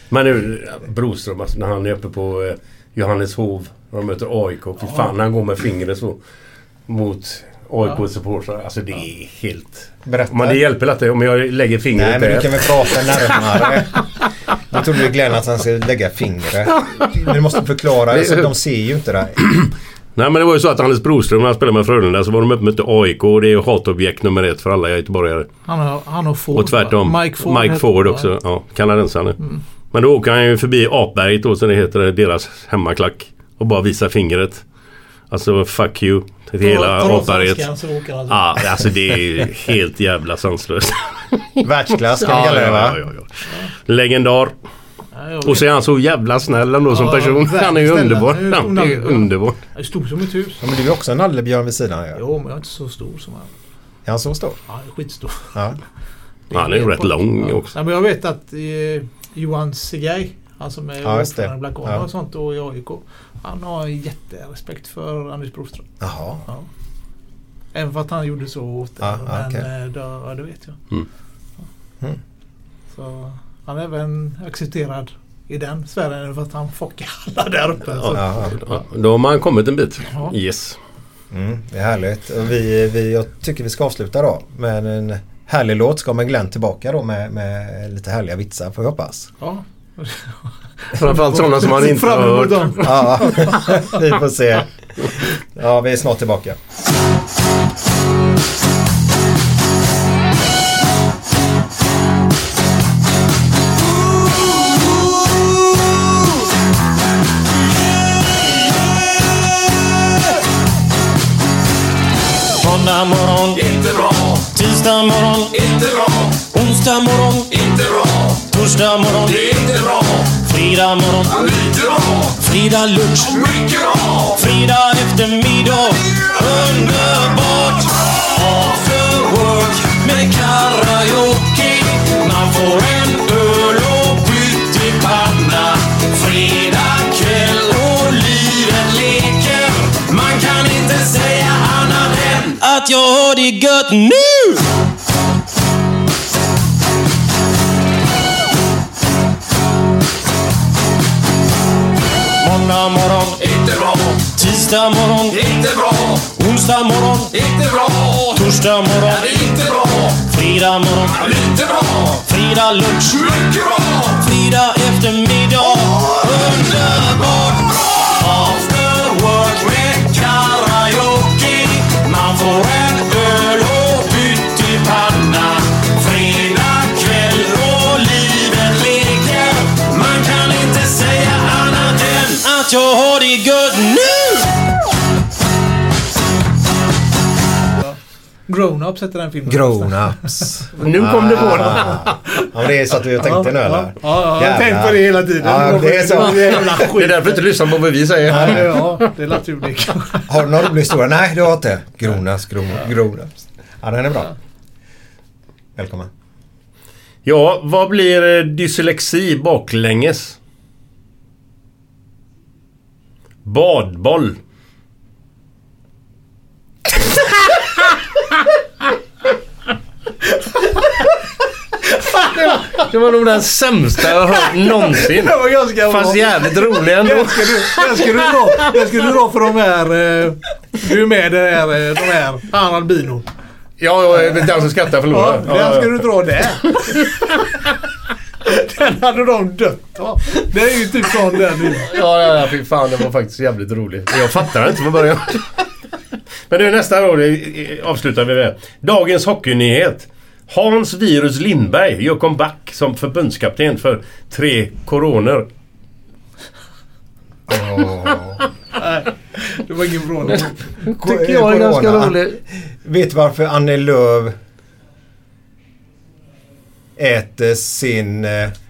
Speaker 8: Men nu, Broström, alltså, när han är uppe på eh, Johanneshov och de möter A I K. Fy fan, när han går med fingret så mot A I K-supportrar. Alltså det är helt...
Speaker 7: Berätta.
Speaker 8: Men det hjälper inte om jag lägger fingret där.
Speaker 7: Nej, men du kan väl prata närmare. Jag trodde du Glenn att han skulle lägga fingret. Men du måste förklara, det, så de ser ju inte det.
Speaker 8: Nej, men det var ju så att Anders Broström, när han spelade med Frölunda, så var de uppe med A I K och det är hatobjekt nummer ett för alla göteborgare.
Speaker 9: Han har, han har Ford.
Speaker 8: Och tvärtom.
Speaker 9: Mike Ford,
Speaker 8: Mike Ford också. Ja, kanadensarna. Mm. Men då åker han ju förbi Apberget då, så det heter deras hemmaklack. Och bara visar fingret. Alltså, fuck you. Till hela Apberget. Ja, alltså det är ju helt jävla sanslöst.
Speaker 7: Världsklass kan vi kalla det, va?
Speaker 8: Ja, ja, ja. Legendar. Och så är han så jävla snäll ändå som person. Han är ju underbar. Han är ju underbar.
Speaker 9: Han är stor som ett hus.
Speaker 7: Ja, men du är också en nallebjörn vid sidan. Ja.
Speaker 9: Jo, men jag är inte så stor som han.
Speaker 7: Är han så stor?
Speaker 9: Ja, han är skitstor.
Speaker 7: Ja.
Speaker 8: Han är ju rätt lång också.
Speaker 9: Ja, men jag vet att eh, Johan Segay, han som är
Speaker 7: ja,
Speaker 9: ordförande i Black
Speaker 7: ja.
Speaker 9: och sånt och i A I K, han har jätterespekt för Anders Broström.
Speaker 7: Jaha.
Speaker 9: Ja. Även för att han gjorde så åt det.
Speaker 7: Ja,
Speaker 9: men
Speaker 7: okay.
Speaker 9: då, ja, det vet jag.
Speaker 8: Mm.
Speaker 9: Ja. Mm. Så han är även accepterad i den sfären för att han fockar alla där uppe.
Speaker 8: Ja, ja, ja. Då har man kommit en bit.
Speaker 9: Ja.
Speaker 8: Yes.
Speaker 7: Mm, det är härligt. Och vi, vi, jag tycker vi ska avsluta då med en härlig låt. Ska man Glenn tillbaka då med, med lite härliga vitsar, får jag hoppas.
Speaker 9: Ja.
Speaker 8: Framförallt sådana som man inte har hört.
Speaker 7: Ja, vi får se. Ja, vi är snart tillbaka.
Speaker 13: Måndag morgon, inte bra. Tisdag morgon, inte bra. Onsdag morgon, inte bra. Torsdag morgon, det är inte bra. Fredag morgon, lite bra. Fredag lunch, mycket bra. Fredag eftermiddag, underbart. After work med karaoke. Man får en öl och pyttipanna. Fredag kväll och livet leker. Man kan inte säga annat än att jag har det gött nu. Måndag morgon, inte bra. Tisdag morgon, inte bra. Onsdag morgon, inte bra. Torsdag morgon, inte bra. Fredag morgon, inte bra. Fredag lunch, mycket bra. Fredag eftermiddag, underbart bra. After work med karaoke. Man får en öl och pyttipanna. Fredag kväll och livet leker. Man kan inte säga annat än att jag har det gött nu.
Speaker 9: Grown-ups heter den filmen.
Speaker 7: Grown-ups.
Speaker 8: Nu kom det på det.
Speaker 7: Ja, det är så att du tänkte nu, eller?
Speaker 9: Ja, ja, jag har tänkt på det hela tiden.
Speaker 7: Ja, det är så.
Speaker 8: Det är därför inte lyssnar på vad vi säger.
Speaker 9: Ja, ja, det är naturligt.
Speaker 7: Har du någon rolig historia? Nej, det har inte. Grown-ups, grown-ups. Ja, den är bra. Välkommen.
Speaker 8: Ja, vad blir dyslexi baklänges? Badboll. Det var nog den sämsta jag har hört någonsin.
Speaker 9: Det var ganska
Speaker 8: fast jävligt rolig ändå.
Speaker 9: Den ska du, den ska du dra, den ska du dra för de här eh, du är med det här, de här han albino.
Speaker 8: Ja, jag är den som skrattar förlorar.
Speaker 9: Ja, den ska du dra där. Den hade de dött av. Det är ju typ sån där nu.
Speaker 8: Ja, ja, ja, fy fan, det var faktiskt jävligt roligt. Jag fattar inte från början. Men det är nästa då, det avslutar vi med. Dagens hockeynyhet. Hans Virus Lindberg gör comeback som förbundskapten för tre koroner.
Speaker 7: Oh.
Speaker 9: Nej, det var ingen bra.
Speaker 7: Tycker jag är ganska rolig. Vet varför Annie Lööf äter sin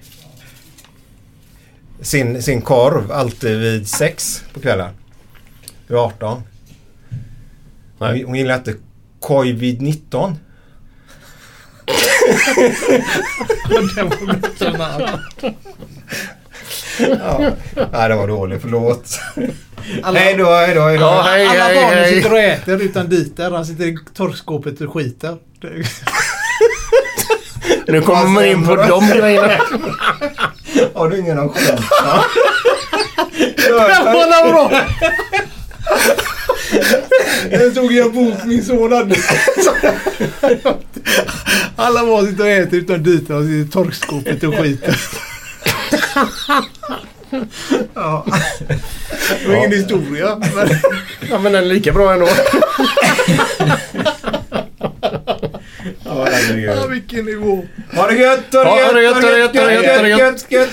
Speaker 7: sin, sin korv alltid vid sex på kvällen? Vid arton. Nej. Hon gillar inte covid nitton. Ja. Nej, det var dåligt, förlåt.
Speaker 9: Alla,
Speaker 7: hej då, hej då, hej då.
Speaker 9: Ja,
Speaker 7: hej,
Speaker 9: alla
Speaker 7: hej,
Speaker 9: barnen
Speaker 7: hej.
Speaker 9: sitter och äter utan diter. Han sitter i torkskåpet och skiter.
Speaker 8: Nu kommer man in på de grejerna.
Speaker 7: Har du ingen option?
Speaker 12: Det var bra! Jag tog en bok min son hade. Alla var sitter och äter utan dit och i torkskåpet och skiten. Ja. Det var ingen historia. Men...
Speaker 8: Ja, men den är lika bra ändå.
Speaker 7: Ja,
Speaker 12: ja, vilken nivå.
Speaker 7: Ha det gött, ha det gött, ha det gött, ha det gött, ha det gött, gött.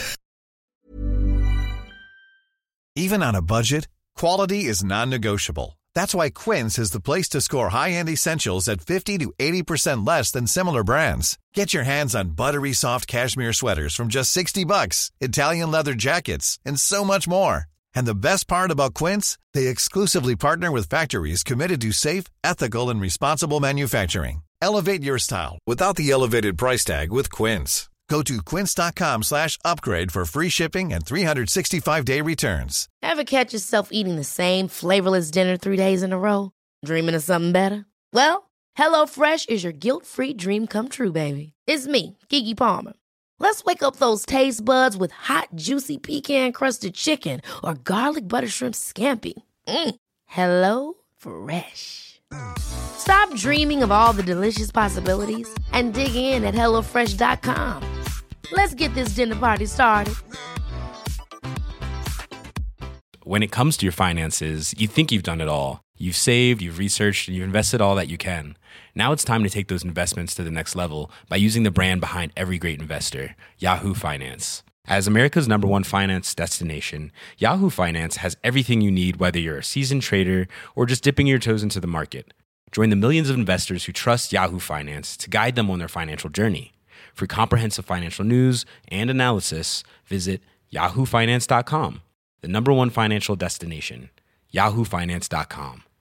Speaker 14: Even on a budget, quality is non-negotiable. That's why Quince is the place to score high-end essentials at fifty to eighty percent less than similar brands. Get your hands on buttery soft cashmere sweaters from just sixty bucks, Italian leather jackets, and so much more. And the best part about Quince, they exclusively partner with factories committed to safe, ethical, and responsible manufacturing. Elevate your style without the elevated price tag with Quince. Go to quince.com slash upgrade for free shipping and three sixty-five day returns.
Speaker 11: Ever catch yourself eating the same flavorless dinner three days in a row? Dreaming of something better? Well, HelloFresh is your guilt-free dream come true, baby. It's me, Keke Palmer. Let's wake up those taste buds with hot, juicy pecan-crusted chicken or garlic butter shrimp scampi. Mm. Hello Fresh. Stop dreaming of all the delicious possibilities and dig in at hello fresh dot com. Let's get this dinner party started.
Speaker 15: When it comes to your finances, you think you've done it all. You've saved, you've researched, and you've invested all that you can. Now it's time to take those investments to the next level by using the brand behind every great investor, Yahoo Finance. As America's number one finance destination, Yahoo Finance has everything you need, whether you're a seasoned trader or just dipping your toes into the market. Join the millions of investors who trust Yahoo Finance to guide them on their financial journey. For comprehensive financial news and analysis, visit yahoo finance dot com, the number one financial destination, yahoo finance dot com.